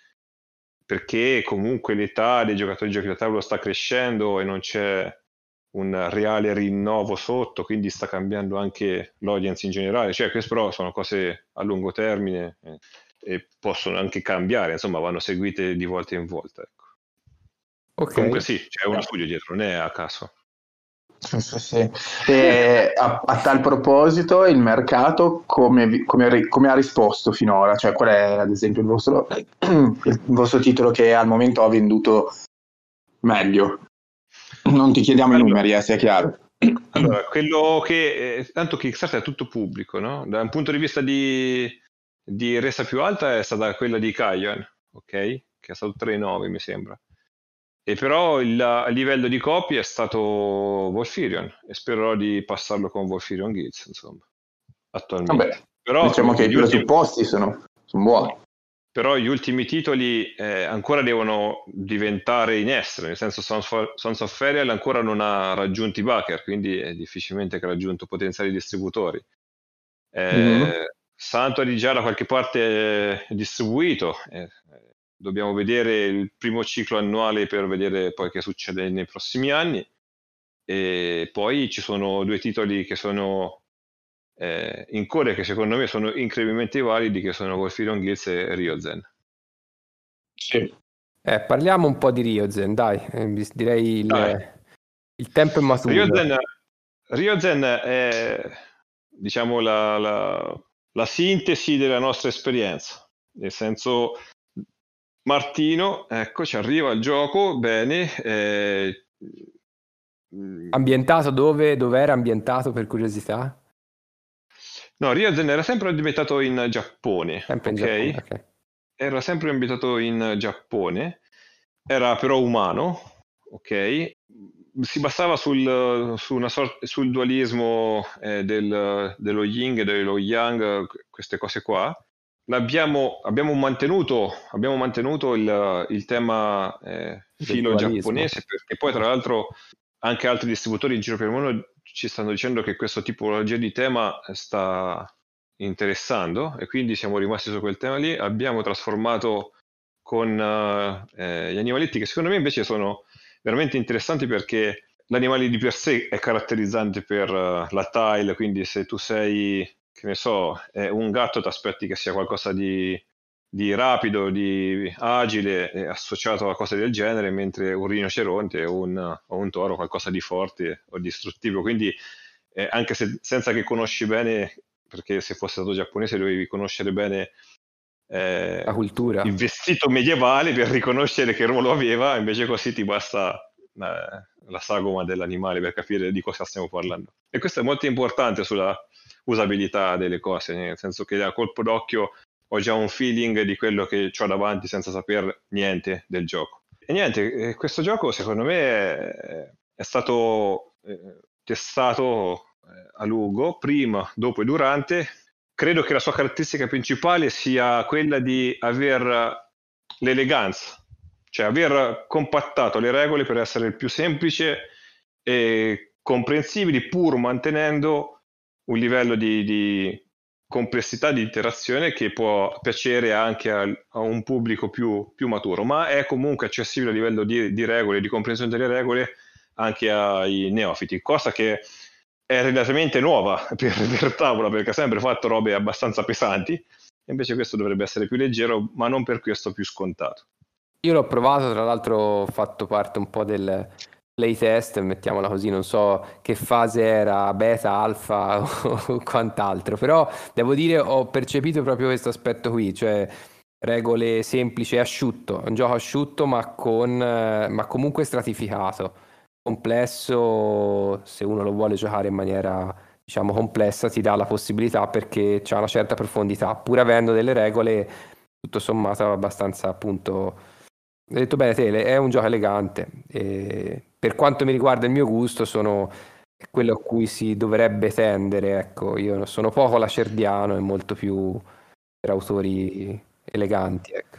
D: perché comunque l'età dei giocatori di giochi da tavolo sta crescendo e non c'è un reale rinnovo sotto, quindi sta cambiando anche l'audience in generale. Cioè, queste però sono cose a lungo termine e possono anche cambiare, insomma, vanno seguite di volta in volta. Ecco.
C: Okay.
D: Comunque sì, c'è uno studio dietro, non è a caso.
B: Sì. E a tal proposito, il mercato come ha risposto finora? Cioè, qual è ad esempio il vostro titolo che al momento ha venduto meglio? Non ti chiediamo i numeri, sia chiaro.
D: Allora, quello che tanto Kickstarter è tutto pubblico, no? Da un punto di vista di resa più alta è stata quella di Kayan, ok? Che è stato 3,9 mi sembra. E però a livello di copie è stato Wolfirion e spererò di passarlo con Wolfirion Guilds, insomma, attualmente.
B: Vabbè,
D: però
B: diciamo che i presupposti sono buoni.
D: Però gli ultimi titoli ancora devono diventare in essere, nel senso Sons of Ferial ancora non ha raggiunto i backer, quindi è difficilmente che ha raggiunto potenziali distributori. Sanctuary già da qualche parte è distribuito, dobbiamo vedere il primo ciclo annuale per vedere poi che succede nei prossimi anni, e poi ci sono 2 titoli che sono in Corea che secondo me sono incredibilmente validi, che sono Wolfirion Guilds e Ryozen.
B: Sì.
C: Parliamo un po' di Ryozen, dai, direi il tempo è maturo.
D: Ryozen è, diciamo, la sintesi della nostra esperienza, nel senso, Martino, ecco, ci arriva il gioco, bene.
C: Ambientato dove? Dov'era ambientato, per curiosità?
D: No, Ryozen era sempre ambientato in Giappone,
C: Sempre in Giappone, ok.
D: Era sempre ambientato in Giappone, era però umano, ok? Si basava sul dualismo dello yin e dello yang, queste cose qua. Abbiamo mantenuto il tema filo giapponese, perché poi tra l'altro anche altri distributori in giro per il mondo ci stanno dicendo che questa tipologia di tema sta interessando e quindi siamo rimasti su quel tema lì. Abbiamo trasformato con gli animaletti che secondo me invece sono veramente interessanti, perché l'animale di per sé è caratterizzante per la tile, quindi se tu sei, che ne so, un gatto, ti aspetti che sia qualcosa di rapido, di agile, associato a cose del genere, mentre un rinoceronte o un toro qualcosa di forte o distruttivo. Quindi anche se senza che conosci bene, perché se fosse stato giapponese dovevi conoscere bene
C: La cultura.
D: il vestito medievale per riconoscere che ruolo aveva, invece così ti basta la sagoma dell'animale per capire di cosa stiamo parlando. E questo è molto importante sulla usabilità delle cose, nel senso che a colpo d'occhio ho già un feeling di quello che ho davanti senza sapere niente del gioco. E niente, questo gioco secondo me è stato testato a lungo, prima, dopo e durante. Credo che la sua caratteristica principale sia quella di aver l'eleganza, cioè aver compattato le regole per essere il più semplice e comprensibili, pur mantenendo un livello di complessità di interazione che può piacere anche a un pubblico più maturo, ma è comunque accessibile a livello di regole, di comprensione delle regole anche ai neofiti, cosa che è relativamente nuova per tavola, perché ha sempre fatto robe abbastanza pesanti, invece questo dovrebbe essere più leggero, ma non per questo più scontato.
C: Io l'ho provato, tra l'altro ho fatto parte un po' del playtest, mettiamola così, non so che fase era, beta, alfa o quant'altro, però devo dire ho percepito proprio questo aspetto qui, cioè regole semplici e asciutto, un gioco asciutto ma comunque stratificato, complesso, se uno lo vuole giocare in maniera diciamo complessa ti dà la possibilità perché c'ha una certa profondità, pur avendo delle regole tutto sommato abbastanza, appunto, hai detto bene Tele, è un gioco elegante e per quanto mi riguarda il mio gusto sono quello a cui si dovrebbe tendere, ecco, io sono poco lacerdiano e molto più per autori eleganti, ecco.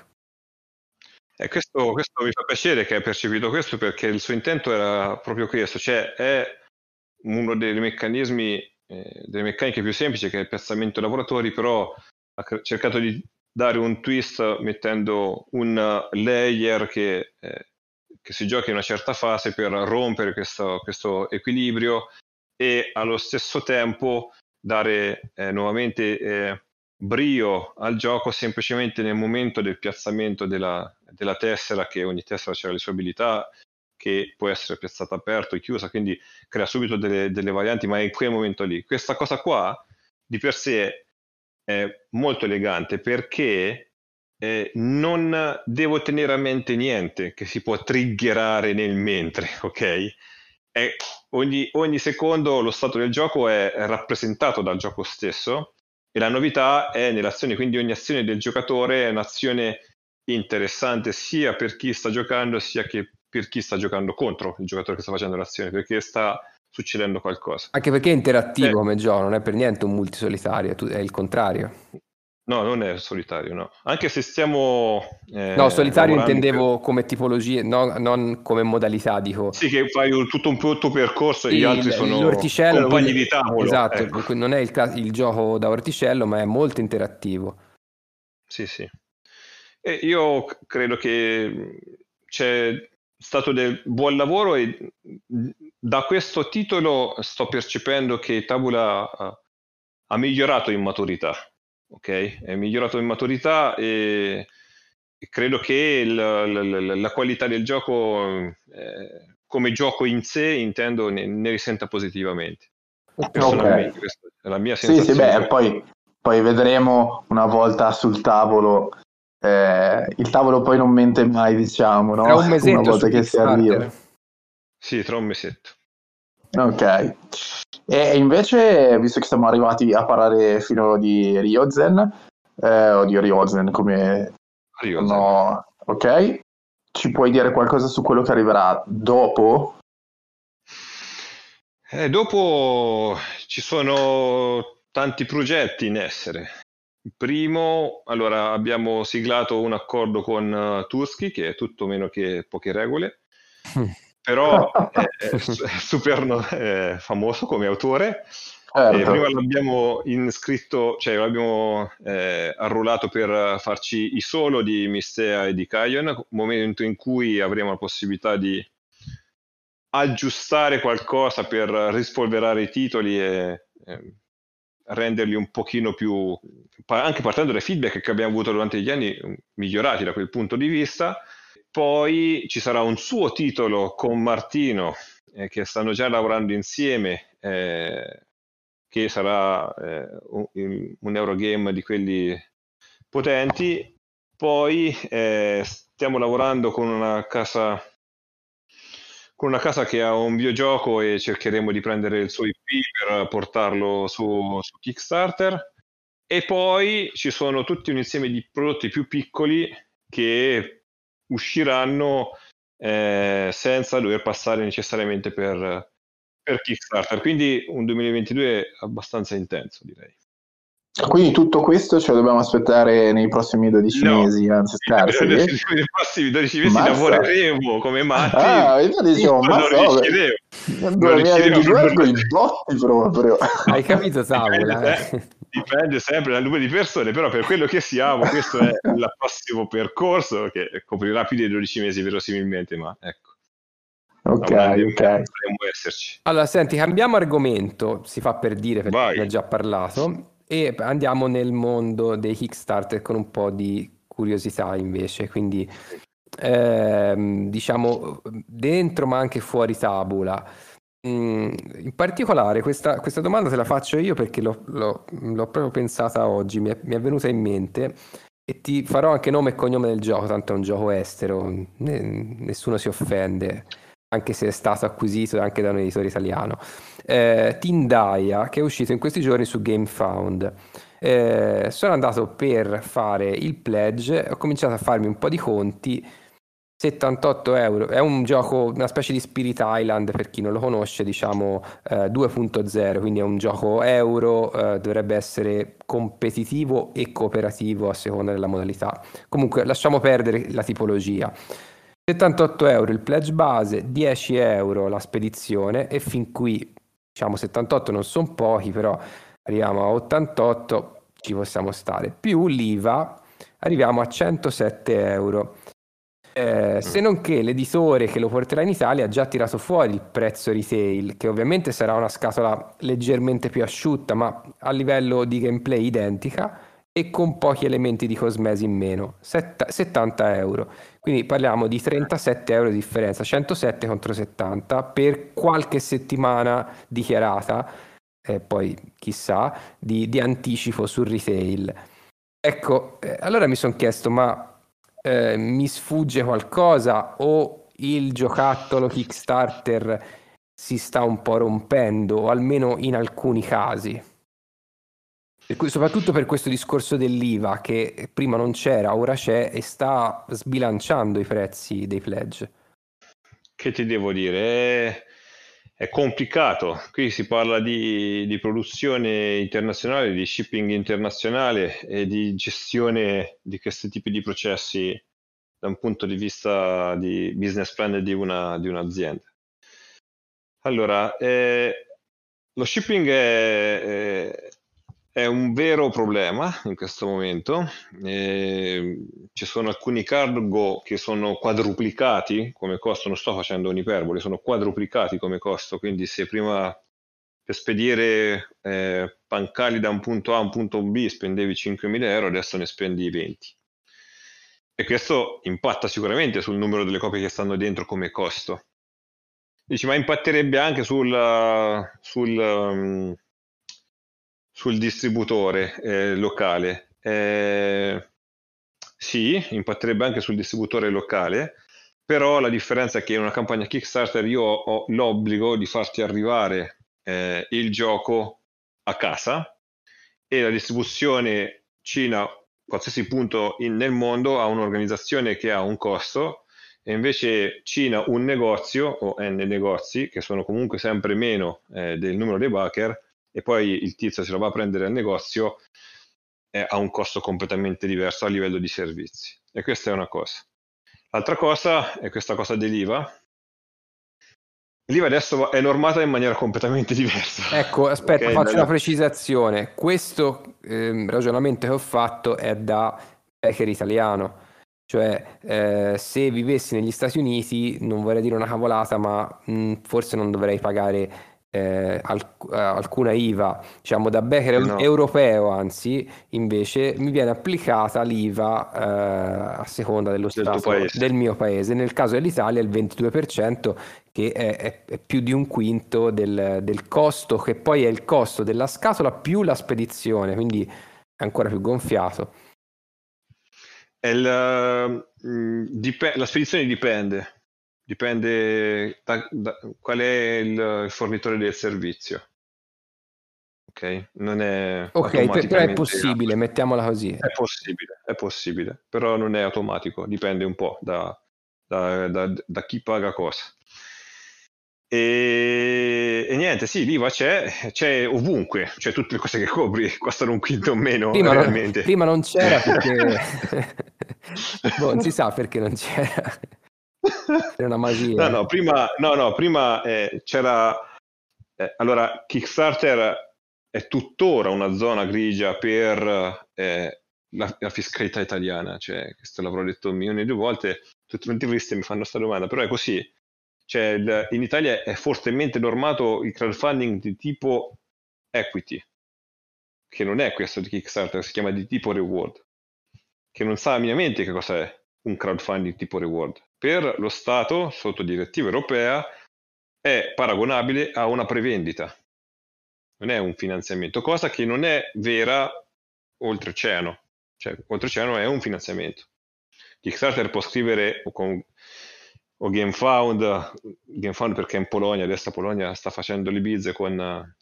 D: Questo mi fa piacere che hai percepito questo, perché il suo intento era proprio questo, cioè è uno dei meccanismi, delle meccaniche più semplici, che è il piazzamento dei lavoratori, però ha cercato di dare un twist mettendo un layer che si gioca in una certa fase per rompere questo equilibrio e allo stesso tempo dare nuovamente brio al gioco semplicemente nel momento del piazzamento della tessera, che ogni tessera ha le sue abilità, che può essere piazzata aperta o chiusa, quindi crea subito delle varianti, ma è in quel momento lì. Questa cosa qua di per sé è molto elegante, perché non devo tenere a mente niente che si può triggerare nel mentre, ok? Ogni secondo lo stato del gioco è rappresentato dal gioco stesso, e la novità è nell'azione, quindi ogni azione del giocatore è un'azione interessante sia per chi sta giocando sia che per chi sta giocando contro il giocatore che sta facendo l'azione, perché sta succedendo qualcosa.
C: Anche perché è interattivo come gioco, non è per niente un multisolitario, è il contrario.
D: No, non è solitario, no. Anche se stiamo
C: no, solitario intendevo come tipologia, non come modalità, dico.
D: Sì, che fai tutto un tuo percorso e
C: sì,
D: gli altri sono
C: l'orticello,
D: compagni di tavolo.
C: Esatto,
D: ecco.
C: Non è il gioco da orticello, ma è molto interattivo.
D: Sì, sì. E io credo che c'è stato del buon lavoro, e da questo titolo sto percependo che Tabula ha migliorato in maturità, ok? È migliorato in maturità e credo che la qualità del gioco, come gioco in sé, intendo, ne risenta positivamente. Personalmente, questa è la mia sensazione.
B: Sì, poi vedremo una volta sul tavolo. Il tavolo poi non mente mai, diciamo, no?
C: Tra un mesetto
B: una volta che si arriva.
D: Sì, tra un mesetto.
B: Ok. E invece, visto che siamo arrivati a parlare fino di Ryozen, o di Ryozen come...
D: Ryozen.
B: No, ok. Ci puoi dire qualcosa su quello che arriverà dopo?
D: Dopo ci sono tanti progetti in essere. Il primo, allora, abbiamo siglato un accordo con Tursky, che è tutto meno che poche regole, però è super famoso come autore,
B: Certo.
D: Prima l'abbiamo iscritto, cioè l'abbiamo arruolato per farci i solo di Mistea e di Kion, momento in cui avremo la possibilità di aggiustare qualcosa per rispolverare i titoli e renderli un pochino più, anche partendo dai feedback che abbiamo avuto durante gli anni, migliorati da quel punto di vista. Poi ci sarà un suo titolo con Martino, che stanno già lavorando insieme, che sarà un Eurogame di quelli potenti. Poi stiamo lavorando con una casa che ha un videogioco e cercheremo di prendere il suo IP per portarlo su Kickstarter. E poi ci sono tutti un insieme di prodotti più piccoli che usciranno senza dover passare necessariamente per Kickstarter. Quindi un 2022 abbastanza intenso, direi.
B: Quindi tutto questo ce lo dobbiamo aspettare nei prossimi 12 mesi, anzi scarsi.
D: Nei prossimi 12 mesi lavoreremo come matti.
B: Io dicevo, ma
D: non
B: 2022 con i botti proprio.
C: Hai capito, Tavola?
D: Dipende sempre dal numero di persone, però per quello che siamo, questo è il prossimo percorso che coprirà più di 12 mesi verosimilmente, ma ecco.
B: Ok.
D: Potremmo esserci.
C: Allora, senti, cambiamo argomento, si fa per dire perché ne ho già parlato, e andiamo nel mondo dei Kickstarter con un po' di curiosità invece, quindi diciamo dentro ma anche fuori tavola. In particolare questa domanda te la faccio io perché l'ho proprio pensata oggi, mi è venuta in mente e ti farò anche nome e cognome del gioco, tanto è un gioco estero, nessuno si offende, anche se è stato acquisito anche da un editore italiano. Tindaia, che è uscito in questi giorni su GameFound. Sono andato per fare il pledge, ho cominciato a farmi un po' di conti. 78 euro, è un gioco, una specie di Spirit Island per chi non lo conosce, diciamo 2.0, quindi è un gioco euro, dovrebbe essere competitivo e cooperativo a seconda della modalità. Comunque lasciamo perdere la tipologia. 78 euro il pledge base, 10 euro la spedizione e fin qui, diciamo 78 non sono pochi, però arriviamo a 88, ci possiamo stare. Più l'IVA arriviamo a 107 euro. Se non che l'editore che lo porterà in Italia ha già tirato fuori il prezzo retail, che ovviamente sarà una scatola leggermente più asciutta, ma a livello di gameplay identica e con pochi elementi di cosmesi in meno, 70 euro. Quindi parliamo di 37 euro di differenza, 107 contro 70 per qualche settimana dichiarata, poi chissà, di anticipo sul retail. Ecco, allora mi sono chiesto, ma mi sfugge qualcosa o il giocattolo Kickstarter si sta un po' rompendo, o almeno in alcuni casi? Soprattutto per questo discorso dell'IVA che prima non c'era, ora c'è e sta sbilanciando i prezzi dei pledge.
D: Che ti devo dire? È complicato. Qui si parla di produzione internazionale, di shipping internazionale e di gestione di questi tipi di processi da un punto di vista di business plan di un'azienda. Allora, lo shipping è un vero problema in questo momento. Ci sono alcuni cargo che sono quadruplicati come costo, non sto facendo un'iperbole, sono quadruplicati come costo, quindi se prima per spedire pancali da un punto A a un punto B spendevi 5.000 euro, adesso ne spendi 20. E questo impatta sicuramente sul numero delle copie che stanno dentro come costo. Dici, ma impatterebbe anche sul distributore locale? Sì, impatterebbe anche sul distributore locale, però la differenza è che in una campagna Kickstarter io ho l'obbligo di farti arrivare il gioco a casa e la distribuzione Cina, qualsiasi punto nel mondo, ha un'organizzazione che ha un costo, e invece Cina un negozio o n negozi, che sono comunque sempre meno del numero dei backer, e poi il tizio se lo va a prendere al negozio, ha un costo completamente diverso a livello di servizi. E questa è una cosa. L'altra cosa è questa cosa dell'IVA. L'IVA adesso è normata in maniera completamente diversa.
C: Ecco, aspetta,
D: Ok?
C: faccio una precisazione. Questo ragionamento che ho fatto è da baker italiano, cioè se vivessi negli Stati Uniti, non vorrei dire una cavolata, ma forse non dovrei pagare alcuna IVA, diciamo da baker
D: No.
C: europeo, anzi, invece mi viene applicata l'IVA a seconda dello
D: Del tuo
C: stato
D: paese.
C: del mio paese. Nel caso dell'Italia il 22%, che è più di un quinto del costo, che poi è il costo della scatola più la spedizione, quindi è ancora più gonfiato.
D: La spedizione dipende da qual è il fornitore del servizio. Ok? Non è
C: Ok, però è
D: automaticamente
C: possibile, mettiamola così.
D: È possibile, però non è automatico, dipende un po' da chi paga cosa. E niente, sì, l'IVA c'è ovunque, cioè tutte le cose che copri costano un quinto o meno realmente.
C: Prima non c'era perché non si sa perché non c'era. Era una magia.
D: No, prima c'era. Allora, Kickstarter è tuttora una zona grigia per la fiscalità italiana, cioè, questo l'avrò detto milioni di volte, tutti i giuristi mi fanno questa domanda, però è così. Cioè, in Italia è fortemente normato il crowdfunding di tipo equity, che non è questo di Kickstarter, si chiama di tipo reward, che non sa minimamente che cosa è un crowdfunding tipo reward. Per lo Stato, sotto direttiva europea, è paragonabile a una prevendita, non è un finanziamento, cosa che non è vera oltreoceano, cioè oltreoceano è un finanziamento. Kickstarter può scrivere o GameFound perché in Polonia, adesso la Polonia sta facendo le bizze con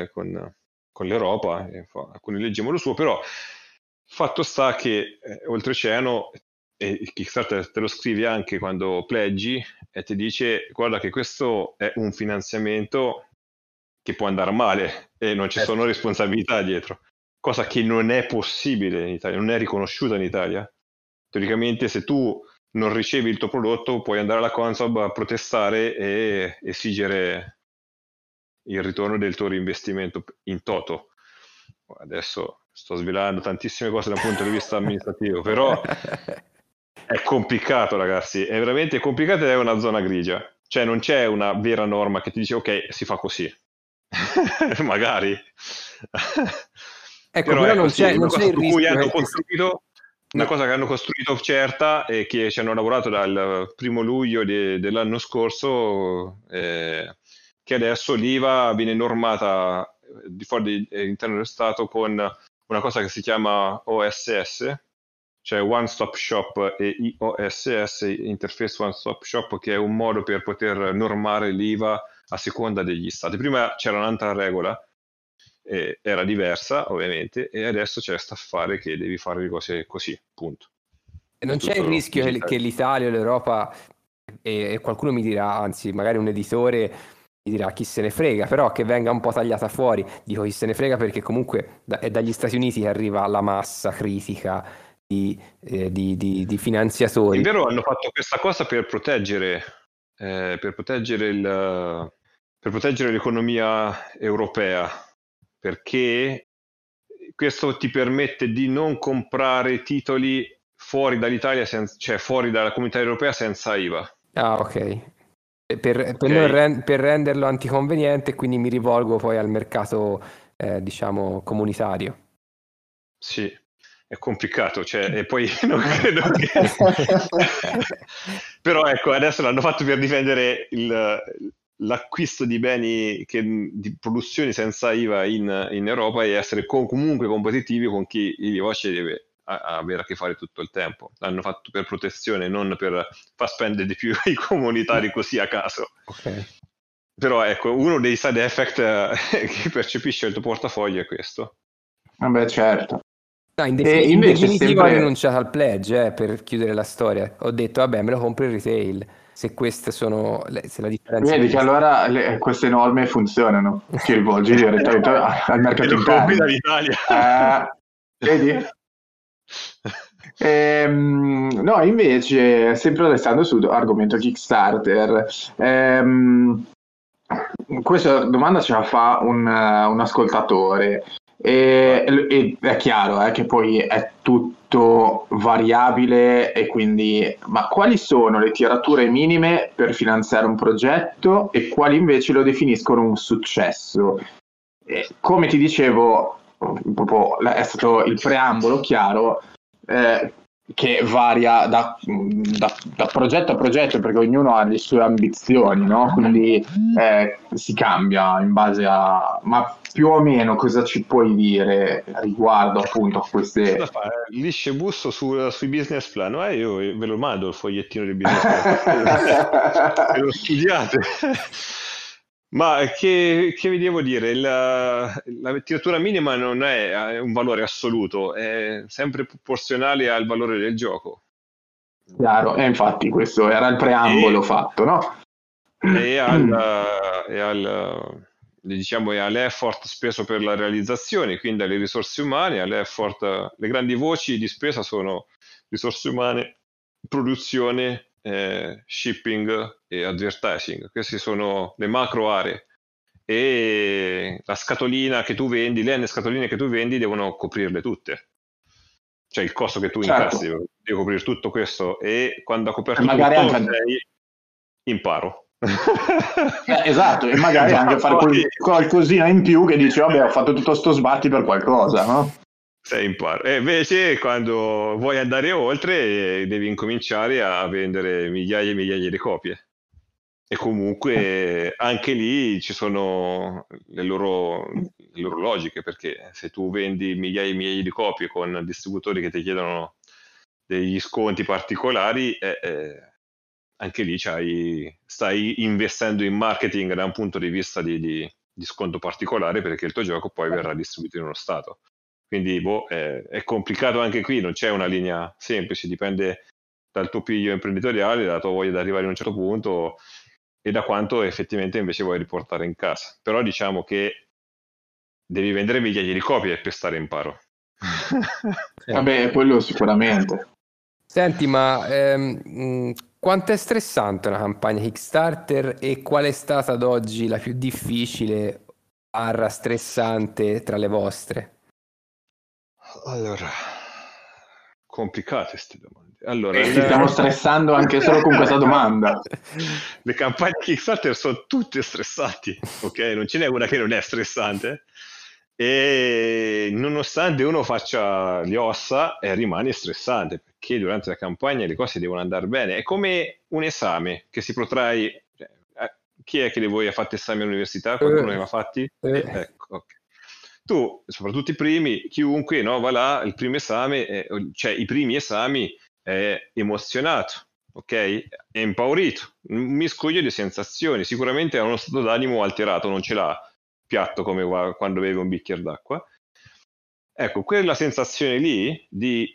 D: l'Europa, alcune leggi in modo suo, però fatto sta che oltreoceano, e il Kickstarter te lo scrivi anche quando pledgi e ti dice guarda che questo è un finanziamento che può andare male e non ci sono responsabilità dietro, cosa che non è possibile in Italia, non è riconosciuta in Italia. Teoricamente se tu non ricevi il tuo prodotto puoi andare alla Consob a protestare e esigere il ritorno del tuo reinvestimento in toto. Adesso sto svelando tantissime cose dal punto di vista amministrativo, però è complicato, ragazzi, è veramente complicato ed è una zona grigia. Cioè non c'è una vera norma che ti dice ok, si fa così. Magari.
C: Ecco, però non c'è
D: una cosa
C: il
D: su cui
C: rischio
D: hanno
C: che
D: costruito, una cosa che hanno costruito certa e che ci hanno lavorato dal 1° luglio dell'anno scorso, che adesso l'IVA viene normata di fuori all'interno dello Stato con una cosa che si chiama OSS, cioè One Stop Shop, e IOSS, Interface One Stop Shop, che è un modo per poter normare l'IVA a seconda degli stati. Prima c'era un'altra regola, era diversa ovviamente, e adesso c'è sta affare che devi fare le cose così, punto.
C: E non c'è il rischio che l'Italia o l'Europa, e qualcuno mi dirà, anzi magari un editore mi dirà chi se ne frega, però che venga un po' tagliata fuori. Dico chi se ne frega perché comunque è dagli Stati Uniti che arriva la massa critica di finanziatori.
D: In vero hanno fatto questa cosa per proteggere l'economia europea, perché questo ti permette di non comprare titoli fuori dall'Italia, cioè fuori dalla comunità europea senza IVA.
C: Ah, ok. Per renderlo anticonveniente, quindi mi rivolgo poi al mercato, diciamo, comunitario.
D: Sì, è complicato, cioè, e poi non credo che. Però ecco, adesso l'hanno fatto per difendere l'acquisto di beni di produzioni senza IVA in Europa e essere comunque competitivi con chi l'IVA ci deve avere a che fare tutto il tempo. L'hanno fatto per protezione, non per far spendere di più i comunitari così a caso.
C: Ok.
D: Però ecco, uno dei side effect che percepisce il tuo portafoglio è questo.
B: Vabbè, certo.
C: No, in
B: invece
C: definitiva ho
B: sempre.
C: rinunciato al pledge, per chiudere la storia. Ho detto, vabbè, me lo compro in retail. Se queste sono se la differenza.
B: Vedi che allora queste norme funzionano, ti rivolgi direttamente al mercato interno.
D: dall'Italia.
B: Vedi? No, invece, sempre restando su argomento Kickstarter, questa domanda ce la fa un ascoltatore e è chiaro che poi è tutto variabile e quindi, ma quali sono le tirature minime per finanziare un progetto e quali invece lo definiscono un successo? Come ti dicevo, proprio è stato il preambolo chiaro, che varia da progetto a progetto perché ognuno ha le sue ambizioni, no? Quindi si cambia in base a... Ma più o meno cosa ci puoi dire riguardo appunto a queste...
D: Lisce busso sui business plan, io ve lo mando il fogliettino di business plan, ve lo studiate. Ma che vi devo dire, la tiratura minima non è un valore assoluto, è sempre proporzionale al valore del gioco.
B: Chiaro, e infatti questo era il preambolo fatto, no?
D: E all'effort speso per la realizzazione, quindi alle risorse umane, all'effort, le grandi voci di spesa sono risorse umane, produzione, shipping e advertising. Queste sono le macro aree e la scatolina che tu vendi, le n scatoline che tu vendi devono coprirle tutte, cioè il costo che tu incassi deve coprire tutto questo, e quando ha coperto tutto sei imparo.
B: Esatto, e magari anche fare qualcosina in più che dici vabbè, ho fatto tutto sto sbatti per qualcosa, no?
D: Sei imparo. E invece quando vuoi andare oltre devi incominciare a vendere migliaia e migliaia di copie, e comunque anche lì ci sono le loro logiche, perché se tu vendi migliaia e migliaia di copie con distributori che ti chiedono degli sconti particolari, anche lì stai investendo in marketing da un punto di vista di sconto particolare, perché il tuo gioco poi verrà distribuito in uno stato. Quindi è complicato anche qui, non c'è una linea semplice, dipende dal tuo piglio imprenditoriale, dalla tua voglia di arrivare a un certo punto e da quanto effettivamente invece vuoi riportare in casa. Però diciamo che devi vendere migliaia di copie per stare in paro.
B: Vabbè, quello sicuramente.
C: Senti, ma quanto è stressante una campagna Kickstarter e qual è stata ad oggi la più difficile / stressante tra le vostre?
D: Allora, complicate queste domande. Allora,
B: ci stiamo stressando anche solo con questa domanda.
D: Le campagne Kickstarter sono tutte stressanti, ok? Non ce n'è una che non è stressante. E nonostante uno faccia le ossa, rimane stressante, perché durante la campagna le cose devono andare bene. È come un esame che si protrae. Chi è che di voi ha fatto esami all'università? Qualcuno che l'ha fatti? Ecco, okay. Tu, soprattutto i primi, chiunque va là, il primo esame, cioè i primi esami, è emozionato, ok? È impaurito, un miscuglio di sensazioni, sicuramente ha uno stato d'animo alterato, non ce l'ha piatto come quando bevi un bicchiere d'acqua. Ecco, quella sensazione lì di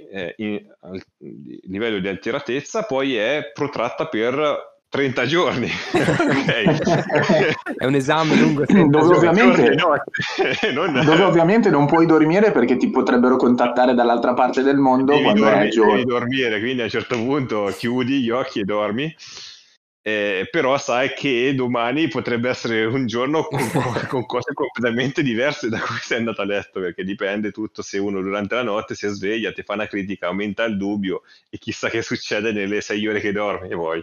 D: livello di alteratezza poi è protratta per 30 giorni. Okay.
C: È un esame lungo
B: dove ovviamente non puoi dormire perché ti potrebbero contattare dall'altra parte del mondo quando è giorno.
D: Devi dormire, quindi a un certo punto chiudi gli occhi e dormi. Però sai che domani potrebbe essere un giorno con cose completamente diverse da cui sei andato a letto, perché dipende tutto se uno durante la notte si sveglia, ti fa una critica, aumenta il dubbio e chissà che succede nelle 6 ore che dormi poi.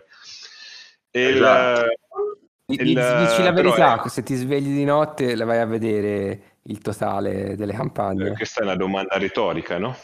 C: Esatto. Dici la verità, se ti svegli di notte la vai a vedere il totale delle campagne.
D: Questa è una domanda retorica, no?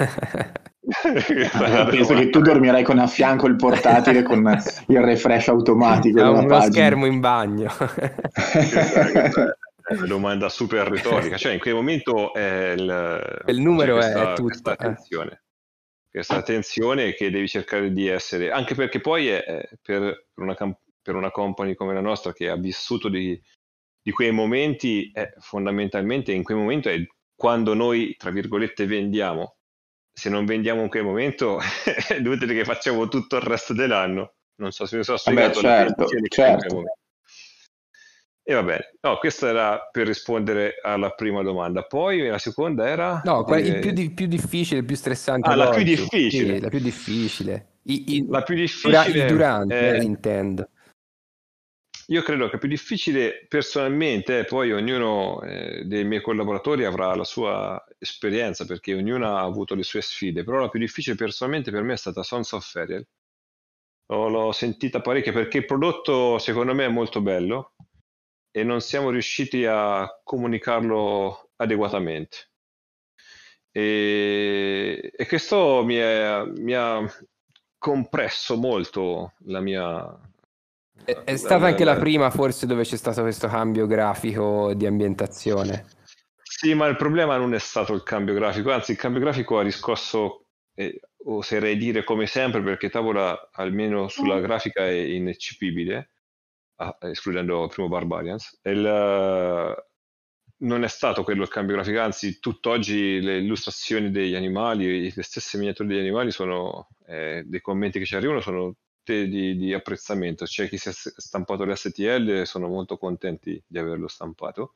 B: Penso che tu dormirai con a fianco il portatile con il refresh automatico.
C: Uno schermo in bagno.
D: È una domanda super retorica, cioè in quel momento
C: il numero è tutto.
D: Questa attenzione che devi cercare di essere, anche perché poi è per una company come la nostra che ha vissuto di quei momenti, fondamentalmente in quel momento è quando noi, tra virgolette, vendiamo. Se non vendiamo in quel momento è inutile che facciamo tutto il resto dell'anno. Non so se mi sono spiegato.
B: Certo.
D: E va bene, questo era per rispondere alla prima domanda. Poi la seconda era?
C: No, il più difficile, il più stressante.
D: La più difficile.
C: Sì, la più difficile.
D: La più difficile
C: durante, intendo.
D: io credo che è più difficile personalmente, poi ognuno dei miei collaboratori avrà la sua esperienza perché ognuno ha avuto le sue sfide, però la più difficile personalmente per me è stata Sons of Ferial. L'ho sentita parecchio perché il prodotto secondo me è molto bello e non siamo riusciti a comunicarlo adeguatamente. E questo mi ha compresso molto la mia...
C: È stata anche la prima forse dove c'è stato questo cambio grafico di ambientazione.
D: Sì, ma il problema non è stato il cambio grafico, anzi il cambio grafico ha riscosso, oserei dire come sempre, perché Tavola almeno sulla grafica è ineccepibile, escludendo il primo Barbarians. Non è stato quello il cambio grafico, anzi tutt'oggi le illustrazioni degli animali, le stesse miniature degli animali sono, dei commenti che ci arrivano sono di apprezzamento. C'è chi si è stampato l'STL e sono molto contenti di averlo stampato.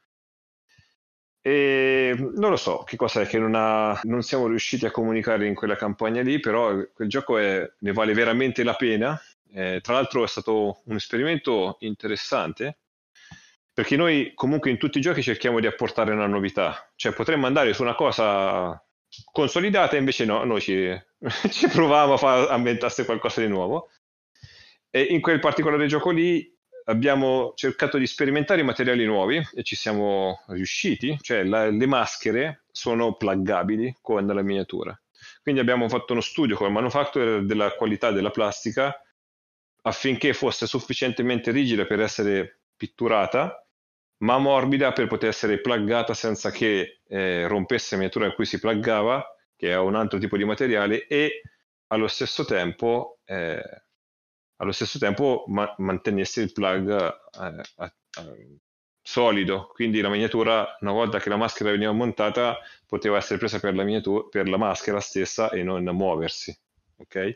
D: E non lo so che cosa è che non siamo riusciti a comunicare in quella campagna lì, però quel gioco ne vale veramente la pena. Tra l'altro è stato un esperimento interessante perché noi comunque in tutti i giochi cerchiamo di apportare una novità, cioè potremmo andare su una cosa consolidata, invece no, noi ci provavamo a inventasse qualcosa di nuovo. E in quel particolare gioco lì abbiamo cercato di sperimentare i materiali nuovi e ci siamo riusciti, cioè le maschere sono pluggabili con la miniatura. Quindi abbiamo fatto uno studio con il manufacturer della qualità della plastica affinché fosse sufficientemente rigida per essere pitturata, ma morbida per poter essere pluggata senza che rompesse la miniatura in cui si pluggava, che è un altro tipo di materiale, e allo stesso tempo mantenesse il plug solido, quindi la miniatura, una volta che la maschera veniva montata, poteva essere presa per la maschera stessa e non muoversi, ok?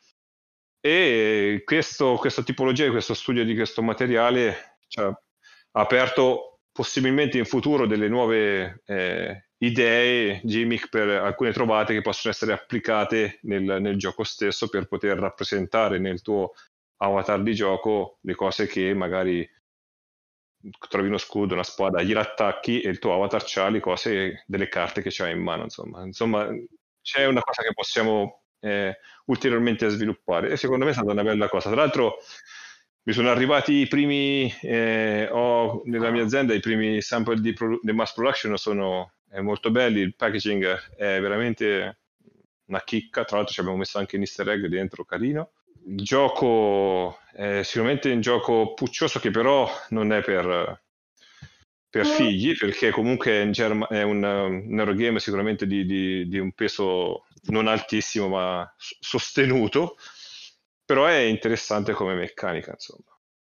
D: E questa tipologia di questo studio di questo materiale ha aperto possibilmente in futuro delle nuove idee, gimmick per alcune trovate che possono essere applicate nel gioco stesso per poter rappresentare nel tuo avatar di gioco le cose che magari trovi uno scudo, una spada, gli attacchi e il tuo avatar c'ha le cose delle carte che c'hai in mano, insomma c'è una cosa che possiamo ulteriormente sviluppare e secondo me è stata una bella cosa. Tra l'altro mi sono arrivati i primi ho nella mia azienda i primi sample di mass production sono molto belli, il packaging è veramente una chicca, tra l'altro ci abbiamo messo anche un easter egg dentro carino. Il gioco è sicuramente un gioco puccioso che però non è per figli, perché comunque è un Eurogame sicuramente di un peso non altissimo ma sostenuto, però è interessante come meccanica, insomma.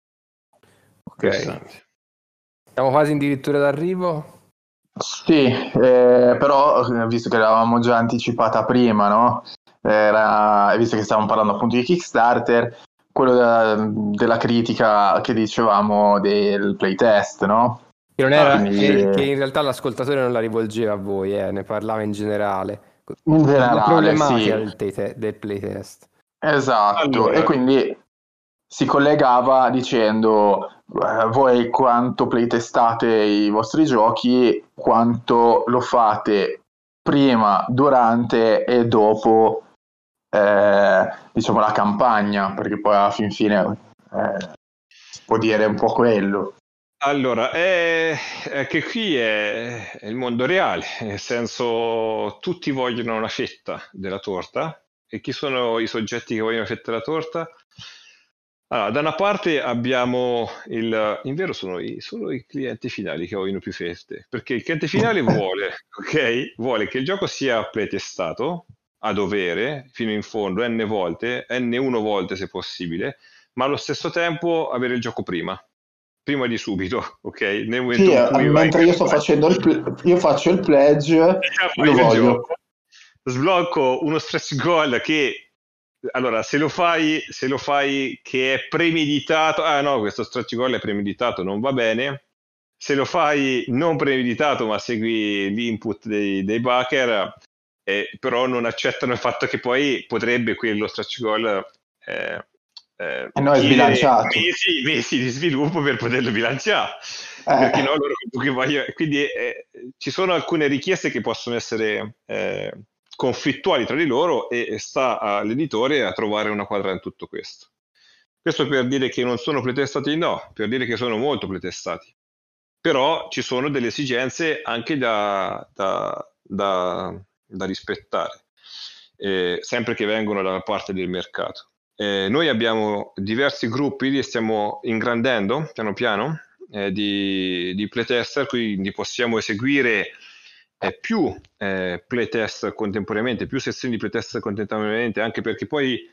C: Ok. Siamo quasi addirittura d'arrivo?
B: Sì, però visto che l'avevamo già anticipata prima, no? Visto che stavamo parlando appunto di Kickstarter, quello della critica che dicevamo del playtest, no?
C: Che non era, che in realtà l'ascoltatore non la rivolgeva a voi, ne parlava in generale.
B: In generale,
C: la problematica
B: sì.
C: del playtest.
B: Esatto, allora. E quindi si collegava dicendo voi quanto playtestate i vostri giochi, quanto lo fate prima, durante e dopo diciamo la campagna, perché poi alla fin fine si può dire un po' quello.
D: Allora, è che qui è il mondo reale, nel senso tutti vogliono una fetta della torta. E chi sono i soggetti che vogliono una fetta della torta? Allora, da una parte abbiamo in vero sono i clienti finali che vogliono più fette, perché il cliente finale vuole che il gioco sia playtestato a dovere, fino in fondo, n volte, n1 volte se possibile, ma allo stesso tempo avere il gioco prima di subito, ok? Nel momento in cui
B: mentre io sto facendo io faccio il pledge, lo voglio.
D: Sblocco uno stretch goal che allora se lo fai che è premeditato, no, questo stretch goal è premeditato, non va bene. Se lo fai non premeditato ma segui l'input dei backer, però non accettano il fatto che poi potrebbe quello stretch goal
B: no, è sbilanciato.
D: Mesi di sviluppo per poterlo bilanciare. Perché no, loro quindi ci sono alcune richieste che possono essere conflittuali tra di loro e sta all'editore a trovare una quadra in tutto questo. Questo per dire che non sono playtestati, no, per dire che sono molto playtestati. Però ci sono delle esigenze anche da rispettare, sempre che vengono dalla parte del mercato. Noi abbiamo diversi gruppi, li stiamo ingrandendo piano piano, di playtester, quindi possiamo eseguire più playtest contemporaneamente, più sezioni di playtest contemporaneamente, anche perché poi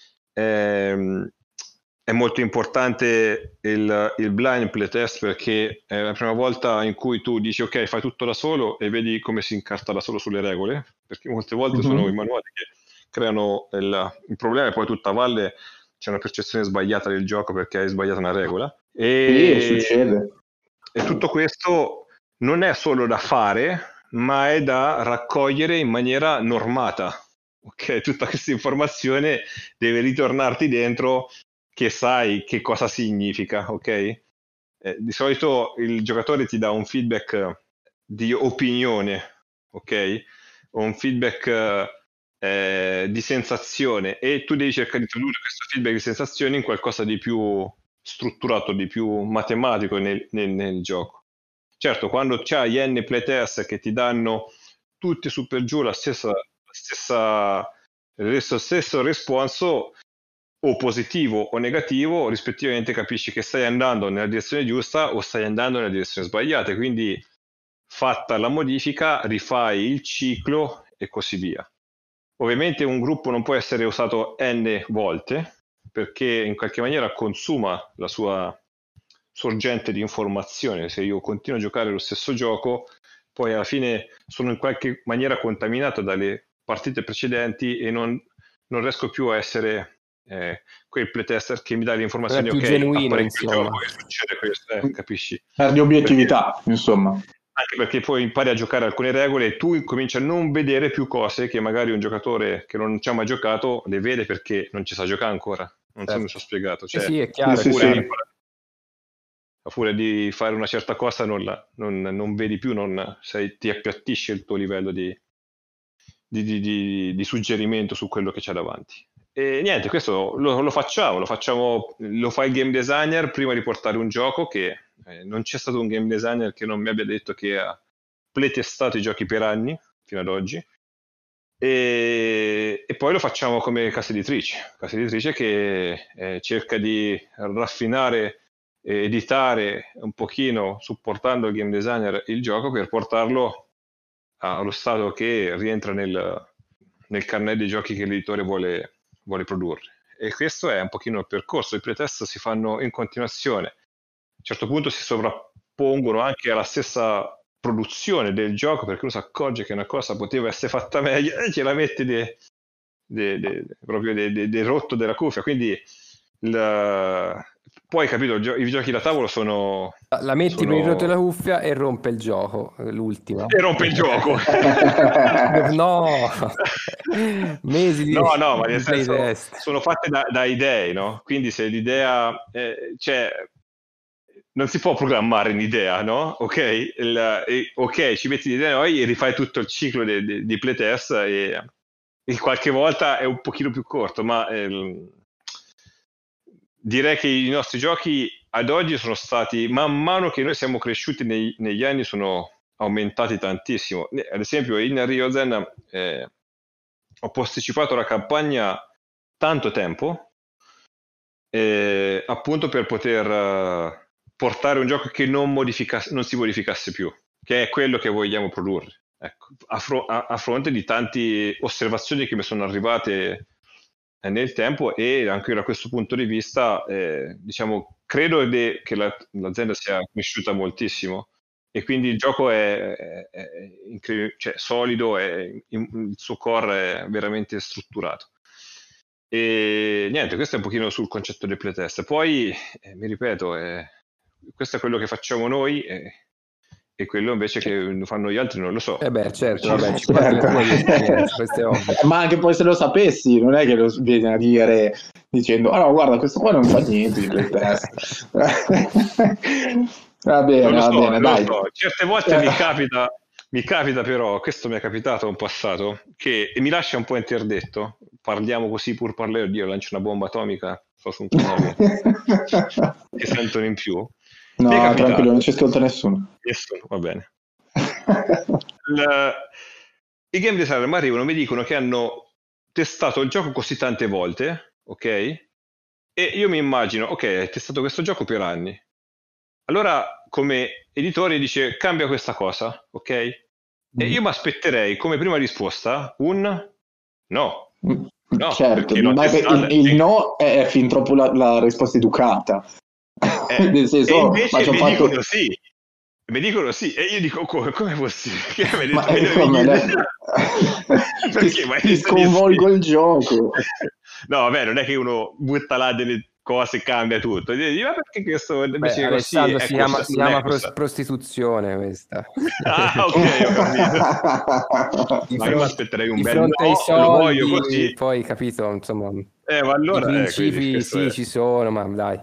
D: è molto importante il blind playtest, perché è la prima volta in cui tu dici ok, fai tutto da solo e vedi come si incarta da solo sulle regole, perché molte volte sono i manuali che creano il problema e poi tutta a valle c'è una percezione sbagliata del gioco perché hai sbagliato una regola.
B: Succede.
D: E tutto questo non è solo da fare, ma è da raccogliere in maniera normata. Ok, tutta questa informazione deve ritornarti dentro, che sai che cosa significa, ok? Di solito il giocatore ti dà un feedback di opinione, ok? O un feedback di sensazione, e tu devi cercare di tradurre questo feedback di sensazione in qualcosa di più strutturato, di più matematico nel gioco. Certo, quando c'hai gli N playtest che ti danno tutti su per giù lo stesso responso, o positivo o negativo, rispettivamente capisci che stai andando nella direzione giusta o stai andando nella direzione sbagliata, quindi fatta la modifica rifai il ciclo e così via. Ovviamente un gruppo non può essere usato n volte, perché in qualche maniera consuma la sua sorgente di informazione. Se io continuo a giocare lo stesso gioco, poi alla fine sono in qualche maniera contaminato dalle partite precedenti e non riesco più a essere quel playtester che mi dà le informazioni
C: più genuino, insomma.
D: Gioco, che succede questo, capisci?
B: Per di obiettività, insomma.
D: Anche perché poi impari a giocare alcune regole e tu cominci a non vedere più cose che magari un giocatore che non ci ha mai giocato le vede, perché non ci sa giocare ancora. Non so se mi sono spiegato. Cioè,
C: sì, è chiaro.
D: A furia di fare una certa cosa non vedi più, ti appiattisce il tuo livello di suggerimento su quello che c'è davanti. E niente, questo lo facciamo, lo fa il game designer prima di portare un gioco, che non c'è stato un game designer che non mi abbia detto che ha playtestato i giochi per anni fino ad oggi, e poi lo facciamo come casa editrice che cerca di raffinare, editare un pochino, supportando il game designer, il gioco per portarlo allo stato che rientra nel carnet dei giochi che l'editore vuole produrre. E questo è un pochino il percorso. I playtest si fanno in continuazione, a un certo punto si sovrappongono anche alla stessa produzione del gioco, perché uno si accorge che una cosa poteva essere fatta meglio e ce la mette proprio del rotto della cuffia. Quindi poi, capito, i giochi da tavolo sono...
C: La metti per il rotto della cuffia e rompe il gioco, l'ultima.
D: E rompe il gioco!
C: No! Mesi di...
D: No, ma nel senso, sono fatte da idee, no? Quindi se l'idea... non si può programmare un'idea, no? Ok, ok, ci metti l'idea noi e rifai tutto il ciclo di playtest, e qualche volta è un pochino più corto, ma... direi che i nostri giochi ad oggi sono stati, man mano che noi siamo cresciuti negli anni, sono aumentati tantissimo. Ad esempio in Ryozen ho posticipato la campagna tanto tempo, appunto per poter portare un gioco che non si modificasse più, che è quello che vogliamo produrre. Ecco, a fronte di tante osservazioni che mi sono arrivate nel tempo, e anche da questo punto di vista diciamo, credo che l'azienda sia cresciuta moltissimo, e quindi il gioco è cioè, solido, il suo core è veramente strutturato. E niente, questo è un pochino sul concetto del playtest. Poi mi ripeto, questo è quello che facciamo noi, e quello invece che fanno gli altri non lo so.
C: Certo, vabbè, certo.
B: Ma anche poi se lo sapessi, non è che lo vieni a dire dicendo no, guarda, questo qua non fa niente di quel test. Va bene, dai.
D: So. Certe volte mi capita però, questo mi è capitato in passato, che mi lascia un po' interdetto, parliamo così pur parlare, Dio, lancio una bomba atomica, sto su un canale che sentono in più.
B: No, tranquillo, non ci ascolta nessuno.
D: Va bene. I game designer mi arrivano e mi dicono che hanno testato il gioco così tante volte, ok? E io mi immagino, ok, hai testato questo gioco per anni. Allora, come editore dice, cambia questa cosa, ok? E io mi aspetterei come prima risposta un no. No,
B: certo, ma il no è fin troppo la risposta educata. Nel senso,
D: invece dicono sì. Mi dicono sì, e io dico come è possibile? Perché
B: ti sconvolgo il gioco.
D: No, vabbè, non è che uno butta là delle cose e cambia tutto. Ma perché questo invece
C: Alessandro, si chiama prostituzione questa.
D: Ok, ho capito. Ma io aspetterei un bel
C: fronte ai soldi,
D: lo voglio così.
C: Poi capito, insomma.
D: Ma allora,
C: i principi ci sono, ma dai.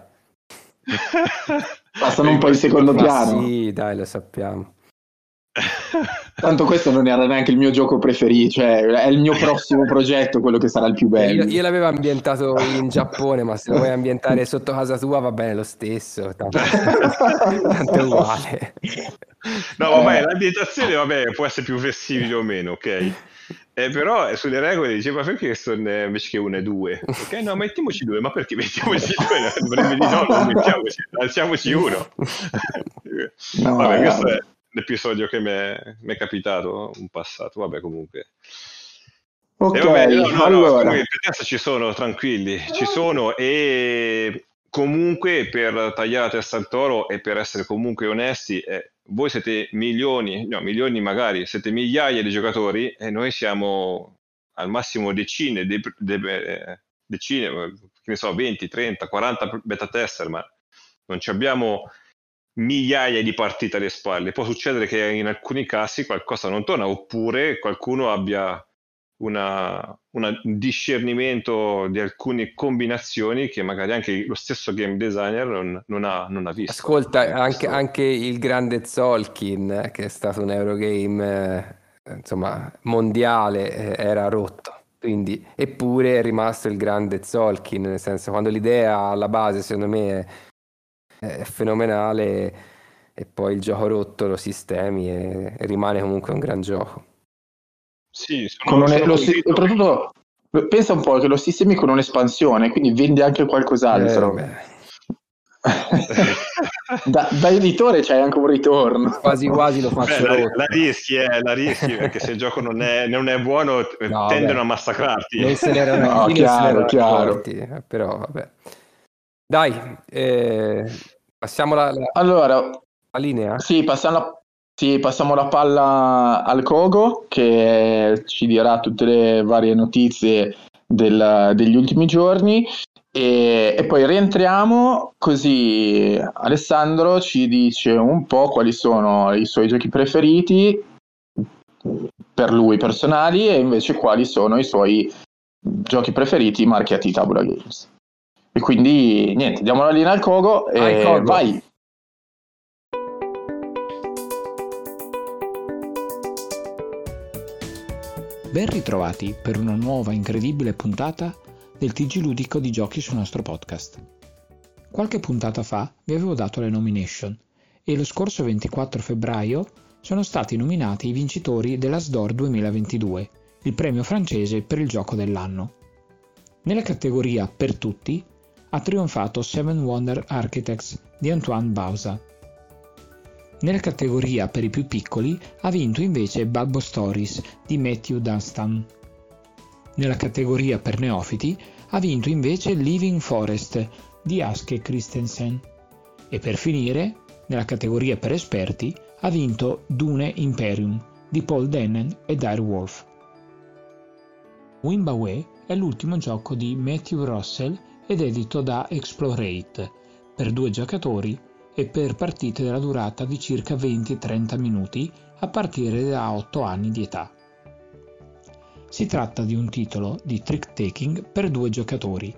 B: Passano un po' in secondo piano.
C: Sì, dai, lo sappiamo.
B: Tanto questo non era neanche il mio gioco preferito, cioè è il mio prossimo progetto, quello che sarà il più bello.
C: Io l'avevo ambientato in Giappone, ma se lo vuoi ambientare sotto casa tua va bene lo stesso, tanto è uguale.
D: No, vabbè, l'ambientazione può essere più flessibile o meno, ok? Però sulle regole diceva perché sono invece che 1 e 2, ok? No, mettiamoci 2, ma perché mettiamoci 2? Dovrebbe dire no, non mettiamoci, alziamoci 1. No, vabbè, questo è l'episodio che mi è capitato in passato, vabbè, comunque.
B: Ok, allora.
D: Per adesso ci sono, tranquilli, ci sono, e comunque per tagliare la testa al toro e per essere comunque onesti, voi siete milioni magari, siete migliaia di giocatori e noi siamo al massimo decine, che ne so, 20, 30, 40 beta tester, ma non ci abbiamo migliaia di partite alle spalle. Può succedere che in alcuni casi qualcosa non torna, oppure qualcuno abbia un discernimento di alcune combinazioni che magari anche lo stesso game designer non ha visto.
C: Ascolta, anche il grande Tzolk'in, che è stato un Eurogame insomma mondiale, era rotto, quindi eppure è rimasto il grande Tzolk'in, nel senso, quando l'idea alla base secondo me è fenomenale e poi il gioco rotto lo sistemi e rimane comunque un gran gioco.
D: Sì,
B: soprattutto pensa un po' che lo sistemi con un'espansione, quindi vende anche qualcos'altro. Da editore c'hai anche un ritorno.
C: Quasi lo faccio rotto.
D: La rischi perché se il gioco non è buono tendono a massacrarti.
C: Non se n'erano accorti, però vabbè. Dai, passiamo la linea?
B: Sì, passiamo la palla al Kogo, che ci dirà tutte le varie notizie degli ultimi giorni e poi rientriamo, così Alessandro ci dice un po' quali sono i suoi giochi preferiti per lui personali e invece quali sono i suoi giochi preferiti marchiati Tabula Games. E quindi niente, diamo la linea al Kogo e vai!
F: Ben ritrovati per una nuova incredibile puntata del TG ludico di giochi sul nostro podcast. Qualche puntata fa vi avevo dato le nomination e lo scorso 24 febbraio sono stati nominati i vincitori della SDOR 2022, il premio francese per il gioco dell'anno. Nella categoria Per tutti ha trionfato Seven Wonder Architects di Antoine Bauza. Nella categoria per i più piccoli ha vinto invece Babbo Stories di Matthew Dunstan. Nella categoria per neofiti ha vinto invece Living Forest di Aske Christensen. E per finire, nella categoria per esperti ha vinto Dune Imperium di Paul Dennen e Dire Wolf. Wimbaway è l'ultimo gioco di Matthew Russell ed edito da Explorate per 2 giocatori e per partite della durata di circa 20-30 minuti a partire da 8 anni di età. Si tratta di un titolo di trick-taking per 2 giocatori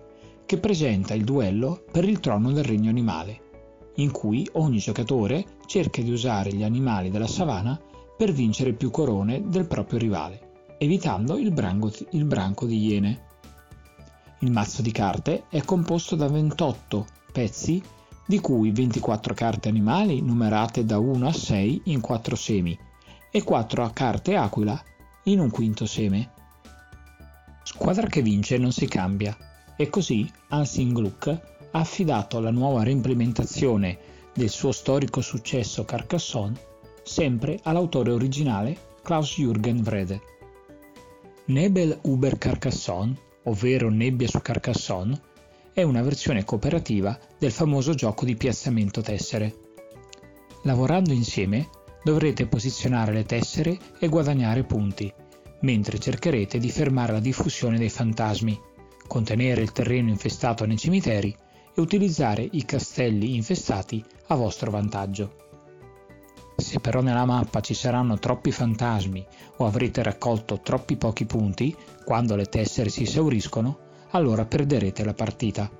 F: che presenta il duello per il trono del regno animale, in cui ogni giocatore cerca di usare gli animali della savana per vincere più corone del proprio rivale, evitando il branco di iene. Il mazzo di carte è composto da 28 pezzi, di cui 24 carte animali numerate da 1 a 6 in 4 semi e 4 carte aquila in un quinto seme. Squadra che vince non si cambia, e così Hansing Gluck ha affidato la nuova reimplementazione del suo storico successo Carcassonne sempre all'autore originale Klaus-Jürgen Wrede. Nebel über Carcassonne, ovvero Nebbia su Carcassonne, è una versione cooperativa del famoso gioco di piazzamento tessere. Lavorando insieme dovrete posizionare le tessere e guadagnare punti, mentre cercherete di fermare la diffusione dei fantasmi, contenere il terreno infestato nei cimiteri e utilizzare i castelli infestati a vostro vantaggio. Se però nella mappa ci saranno troppi fantasmi o avrete raccolto troppi pochi punti quando le tessere si esauriscono, allora perderete la partita.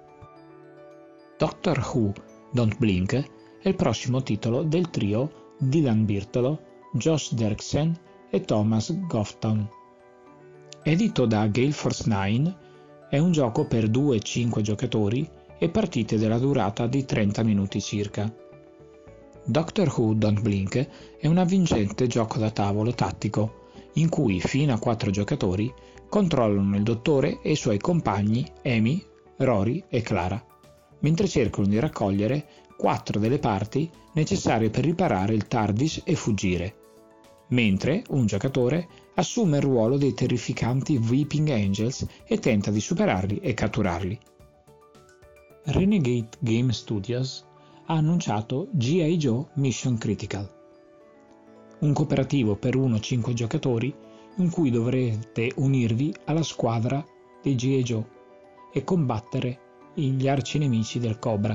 F: Doctor Who Don't Blink è il prossimo titolo del trio Dylan Birtolo, Josh Derksen e Thomas Gofton. Edito da Gale Force 9, è un gioco per 2-5 giocatori e partite della durata di 30 minuti circa. Doctor Who Don't Blink è un avvincente gioco da tavolo tattico, in cui fino a 4 giocatori controllano il dottore e i suoi compagni Amy, Rory e Clara, mentre cercano di raccogliere 4 delle parti necessarie per riparare il TARDIS e fuggire, mentre un giocatore assume il ruolo dei terrificanti Weeping Angels e tenta di superarli e catturarli. Renegade Game Studios ha annunciato G.I. Joe Mission Critical, un cooperativo per 1-5 giocatori in cui dovrete unirvi alla squadra dei G.I. Joe e combattere gli arcinemici del Cobra.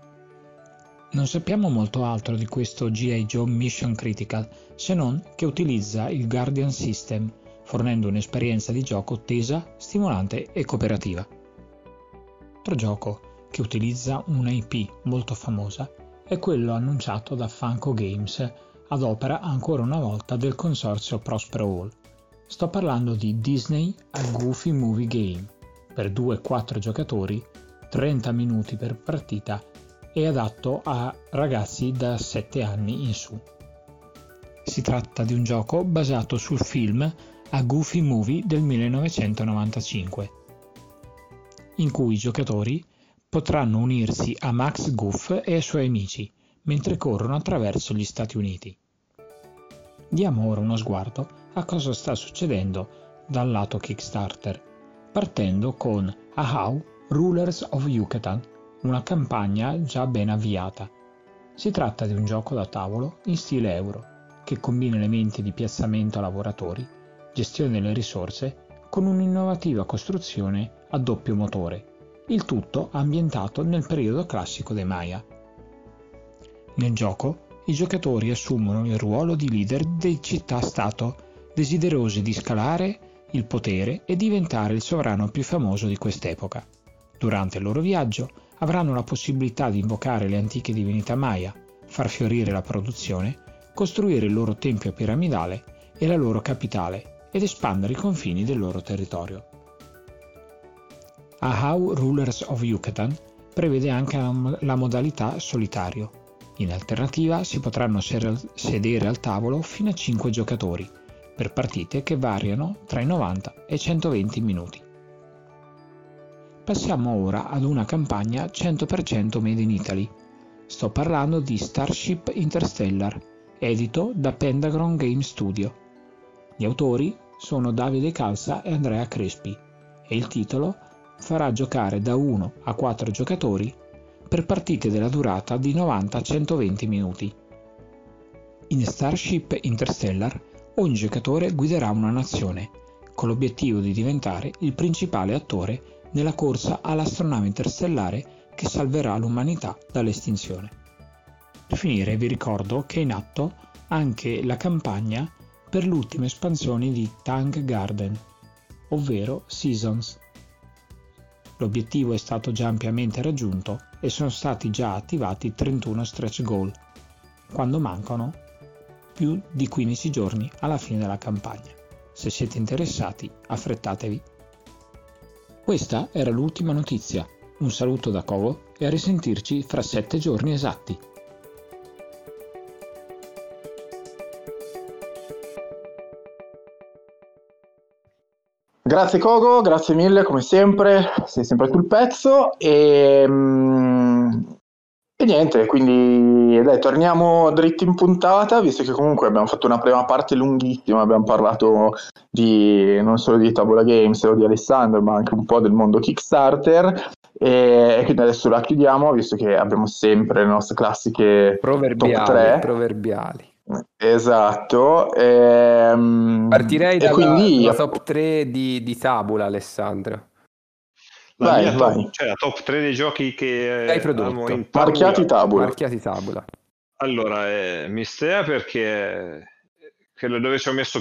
F: Non sappiamo molto altro di questo G.I. Joe Mission Critical, se non che utilizza il Guardian System, fornendo un'esperienza di gioco tesa, stimolante e cooperativa. Altro gioco che utilizza una IP molto famosa è quello annunciato da Funko Games ad opera ancora una volta del consorzio Prospero Hall. Sto parlando di Disney A Goofy Movie Game, per 2-4 giocatori, 30 minuti per partita e adatto a ragazzi da 7 anni in su. Si tratta di un gioco basato sul film A Goofy Movie del 1995, in cui i giocatori potranno unirsi a Max Goof e ai suoi amici mentre corrono attraverso gli Stati Uniti. Diamo ora uno sguardo a cosa sta succedendo dal lato Kickstarter, partendo con Ahau Rulers of Yucatan, una campagna già ben avviata. Si tratta di un gioco da tavolo in stile euro, che combina elementi di piazzamento a lavoratori, gestione delle risorse, con un'innovativa costruzione a doppio motore, il tutto ambientato nel periodo classico dei Maya. Nel gioco, i giocatori assumono il ruolo di leader di città-stato, desiderosi di scalare il potere e diventare il sovrano più famoso di quest'epoca. Durante il loro viaggio avranno la possibilità di invocare le antiche divinità Maya, far fiorire la produzione, costruire il loro tempio piramidale e la loro capitale ed espandere i confini del loro territorio. Ahau Rulers of Yucatan prevede anche la modalità solitario. In alternativa si potranno sedere al tavolo fino a 5 giocatori, per partite che variano tra i 90 e i 120 minuti. Passiamo ora ad una campagna 100% made in Italy. Sto parlando di Starship Interstellar, edito da Pentagon Game Studio. Gli autori sono Davide Calza e Andrea Crespi e il titolo farà giocare da 1 a 4 giocatori per partite della durata di 90-120 minuti. In Starship Interstellar ogni giocatore guiderà una nazione, con l'obiettivo di diventare il principale attore nella corsa all'astronave interstellare che salverà l'umanità dall'estinzione. Per finire vi ricordo che è in atto anche la campagna per l'ultima espansione di Tang Garden, ovvero Seasons. L'obiettivo è stato già ampiamente raggiunto e sono stati già attivati 31 stretch goal, quando mancano più di 15 giorni alla fine della campagna. Se siete interessati, affrettatevi. Questa era l'ultima notizia. Un saluto da Covo e a risentirci fra 7 giorni esatti.
B: Grazie Kogo, grazie mille come sempre, sei sempre sul pezzo e niente, quindi dai, torniamo dritti in puntata, visto che comunque abbiamo fatto una prima parte lunghissima, abbiamo parlato non solo di Tavola Games o di Alessandro, ma anche un po' del mondo Kickstarter e quindi adesso la chiudiamo, visto che abbiamo sempre le nostre classiche top 3.
C: Proverbiali.
B: Esatto.
C: Partirei
B: quindi
C: dalla top 3 di Tabula, Alessandro.
B: Vai.
D: Cioè la top 3 dei giochi che
C: hai prodotto
D: in Tabula.
C: Marchiati Tabula.
D: Allora, Mistea perché quello dove ci ho messo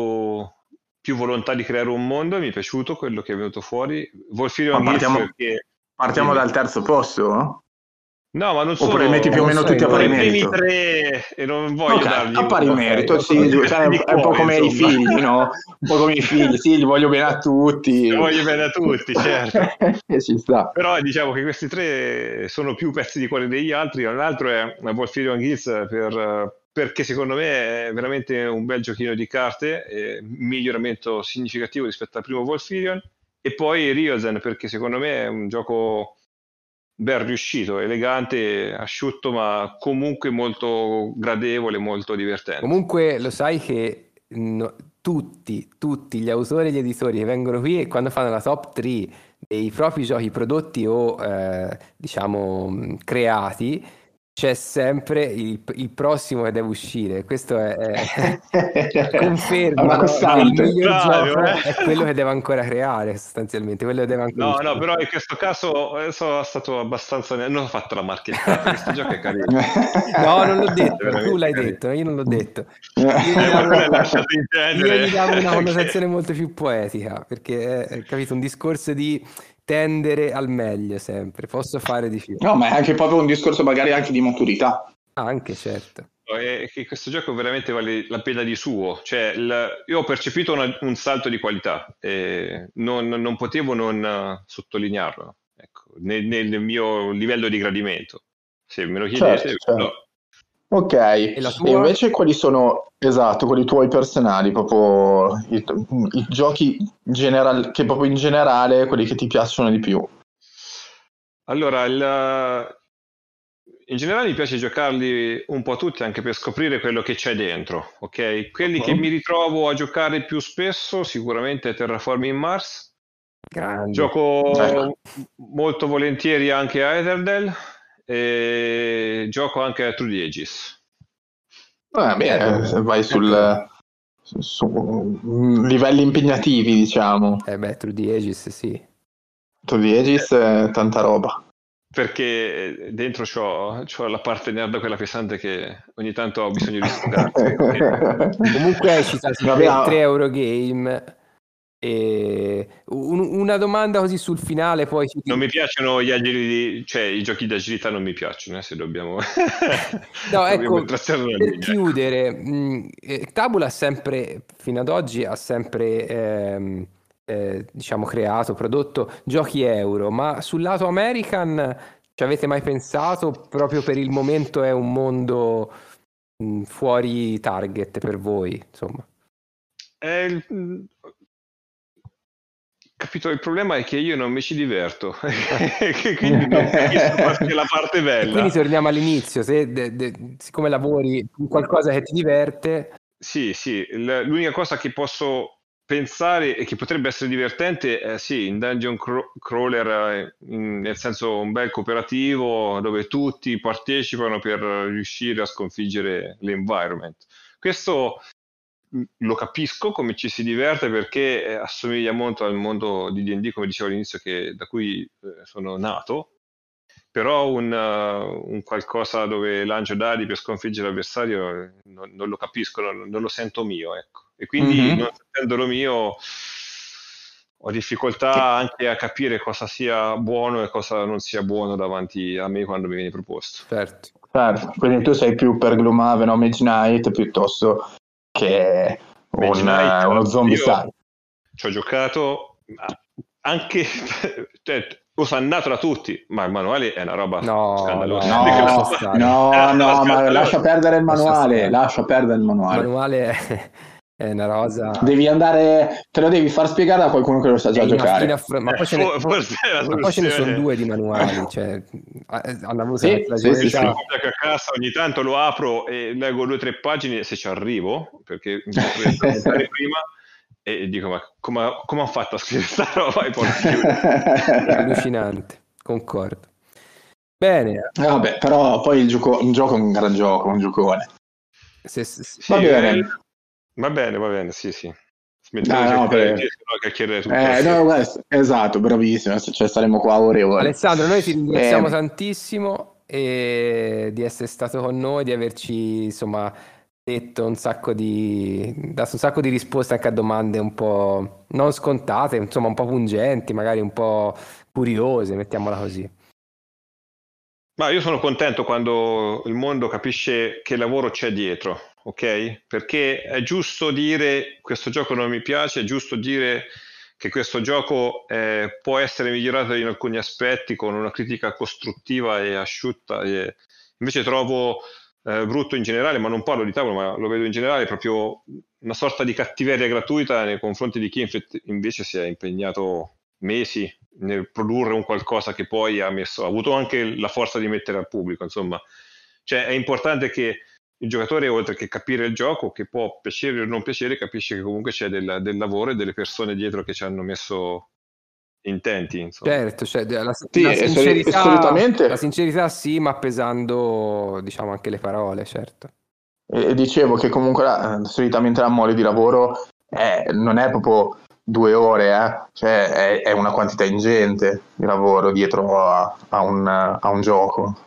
D: più volontà di creare un mondo, mi è piaciuto quello che è venuto fuori. Wolfirion perché
B: partiamo dal terzo posto, no?
D: No, ma non sono...
B: Oppure metti più o meno tutti a pari merito?
D: I primi 3 e non voglio dargli...
B: a pari merito, sì, cioè, è un po' come i figli, no? Un po' come i figli, sì, li voglio bene a tutti.
D: Li voglio bene a tutti, certo.
B: Ci sta.
D: Però diciamo che questi 3 sono più pezzi di cuore degli altri. L'altro è Wolfirion Guilds perché secondo me è veramente un bel giochino di carte, miglioramento significativo rispetto al primo Wolfirion. E poi Ryozen perché secondo me è un gioco... ben riuscito, elegante, asciutto, ma comunque molto gradevole, molto divertente.
C: Comunque lo sai che tutti gli autori e gli editori che vengono qui e quando fanno la top 3 dei propri giochi prodotti o diciamo creati, c'è sempre il prossimo che deve uscire. Questo è conferma,
B: una costante.
C: Il miglior gioco è quello che deve ancora creare, sostanzialmente. Quello che deve ancora
D: No, però in questo caso sono stato abbastanza... Non ho fatto la marchettata, questo gioco è carino.
C: No, non l'ho detto, tu l'hai detto, io non l'ho detto. Io gli davo una connotazione molto più poetica, perché è capito, un discorso di tendere al meglio sempre, posso fare di più.
B: No, ma è anche proprio un discorso magari anche di maturità.
C: Anche, certo.
D: È che questo gioco veramente vale la pena di suo, cioè io ho percepito un salto di qualità e non potevo non sottolinearlo, ecco, nel mio livello di gradimento, se me lo chiedete.
B: Certo.
D: No.
B: Ok, e invece quali sono, esatto, quelli tuoi personali, proprio i giochi che proprio in generale, quelli che ti piacciono di più?
D: Allora, in generale mi piace giocarli un po' tutti anche per scoprire quello che c'è dentro, ok? Quelli che mi ritrovo a giocare più spesso sicuramente è Terraforming Mars.
C: Grande.
D: Gioco molto volentieri anche a Everdell e gioco anche a True the Aegis.
B: Vai su livelli impegnativi, diciamo.
C: True the Aegis, sì.
B: True the Aegis è tanta roba.
D: Perché dentro c'ho la parte nerd, quella pesante che ogni tanto ho bisogno di sfogarsi.
C: Comunque hai citato 3 Eurogame. E una domanda così sul finale, poi
D: non mi piacciono gli agili, cioè i giochi di agilità non mi piacciono, se dobbiamo
C: no, ecco, per chiudere, Tabula fino ad oggi ha sempre diciamo creato, prodotto giochi euro, ma sul lato American ci avete mai pensato? Proprio per il momento è un mondo fuori target per voi, insomma.
D: Capito, il problema è che io non mi ci diverto, quindi non capisco la parte bella.
C: E quindi torniamo all'inizio, siccome lavori in qualcosa che ti diverte.
D: Sì, l'unica cosa che posso pensare e che potrebbe essere divertente è sì, in dungeon crawler, nel senso un bel cooperativo dove tutti partecipano per riuscire a sconfiggere l'environment. Questo lo capisco come ci si diverte perché assomiglia molto al mondo di D&D, come dicevo all'inizio, da cui sono nato, però un qualcosa dove lancio dadi per sconfiggere l'avversario non lo capisco, non lo sento mio, ecco. E quindi non sentendolo mio ho difficoltà anche a capire cosa sia buono e cosa non sia buono davanti a me quando mi viene proposto.
C: Certo.
B: Quindi tu sei più per Gloomhaven o Mage Knight piuttosto che uno Zombicide.
D: Ci ho giocato anche osannato da tutti, ma il manuale è una roba scandalosa.
B: No, ma lascia perdere il manuale. Il
C: manuale è una rosa.
B: Devi andare, te lo devi far spiegare da qualcuno che lo sa già giocare.
C: Ma poi ce ne sono 2 di manuali, cioè hanno
B: sì.
D: A casa ogni tanto lo apro e leggo 2 o 3 pagine se ci arrivo, perché mi potrei presentare prima e dico ma come ho fatto a scrivere questa roba?
C: Allucinante, concordo. Bene.
B: Vabbè, però poi un gioco è un gran gioco, un giocone.
D: Va bene. Va bene, sì.
B: Esatto, bravissimo, cioè saremo qua ore e ore.
C: Alessandro, noi ti ringraziamo tantissimo di essere stato con noi, di averci insomma dato un sacco di risposte anche a domande un po' non scontate, insomma un po' pungenti, magari un po' curiose, mettiamola così.
D: Ma io sono contento quando il mondo capisce che lavoro c'è dietro, ok? Perché è giusto dire questo gioco non mi piace, è giusto dire che questo gioco può essere migliorato in alcuni aspetti con una critica costruttiva e asciutta, e invece trovo brutto in generale, ma non parlo di tavolo, ma lo vedo in generale, proprio una sorta di cattiveria gratuita nei confronti di chi invece si è impegnato mesi nel produrre un qualcosa che poi ha avuto anche la forza di mettere al pubblico, insomma. Cioè è importante che il giocatore, oltre che capire il gioco, che può piacere o non piacere, capisce che comunque c'è del lavoro e delle persone dietro che ci hanno messo intenti, insomma.
C: Certo, cioè la sincerità, la sincerità sì, ma pesando diciamo anche le parole, certo.
B: E dicevo che comunque solitamente la mole di lavoro non è proprio 2 ore, cioè è una quantità ingente di lavoro dietro a un gioco.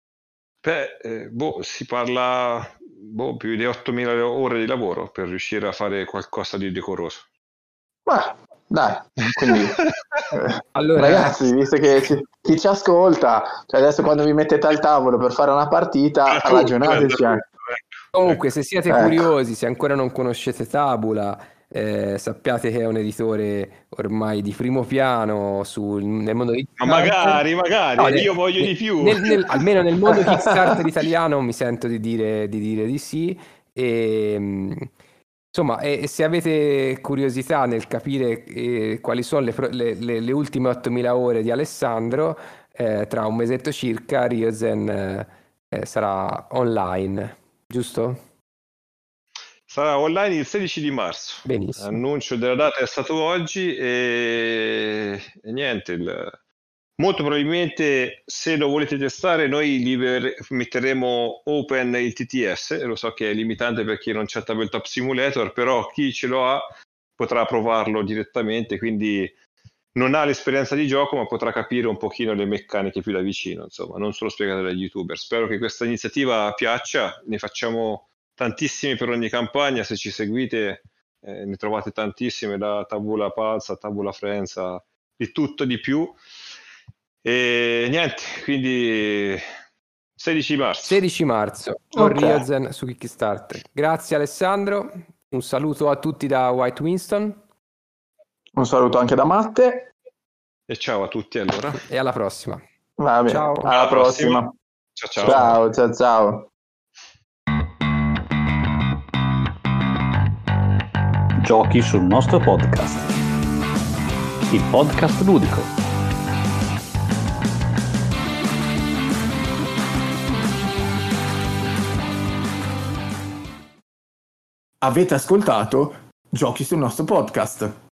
D: Si parla più di 8.000 ore di lavoro per riuscire a fare qualcosa di decoroso.
B: Ma dai, quindi
C: allora,
B: ragazzi, visto che chi ci ascolta, cioè adesso quando vi mettete al tavolo per fare una partita, ragionateci anche.
C: Comunque, se siete curiosi, se ancora non conoscete Tabula, sappiate che è un editore ormai di primo piano nel mondo di
D: Kickstarter. Magari, io voglio di più.
C: Almeno nel mondo Kickstarter italiano mi sento di dire di sì. Insomma, e se avete curiosità nel capire quali sono le ultime 8.000 ore di Alessandro, tra un mesetto circa Ryozen sarà online, giusto?
D: Sarà online il 16 di marzo.
C: Benissimo.
D: L'annuncio della data è stato oggi e niente, molto probabilmente se lo volete testare noi metteremo open il TTS, lo so che è limitante per chi non c'è Tabletop Simulator, però chi ce lo ha potrà provarlo direttamente, quindi non ha l'esperienza di gioco ma potrà capire un pochino le meccaniche più da vicino, insomma, non solo spiegate dagli youtuber. Spero che questa iniziativa piaccia, ne facciamo tantissimi per ogni campagna, se ci seguite ne trovate tantissime, da Tabula Pazza, Tabula Frenza, di tutto di più. E niente, quindi 16 marzo
C: con Ryozen su Kickstarter. Grazie Alessandro, un saluto a tutti da White Winston,
B: un saluto anche da Matte
D: e ciao a tutti allora
C: e alla prossima.
B: Va bene.
C: Ciao.
B: Alla prossima. Ciao.
A: Giochi sul nostro podcast, il podcast ludico.
B: Avete ascoltato Giochi sul nostro podcast.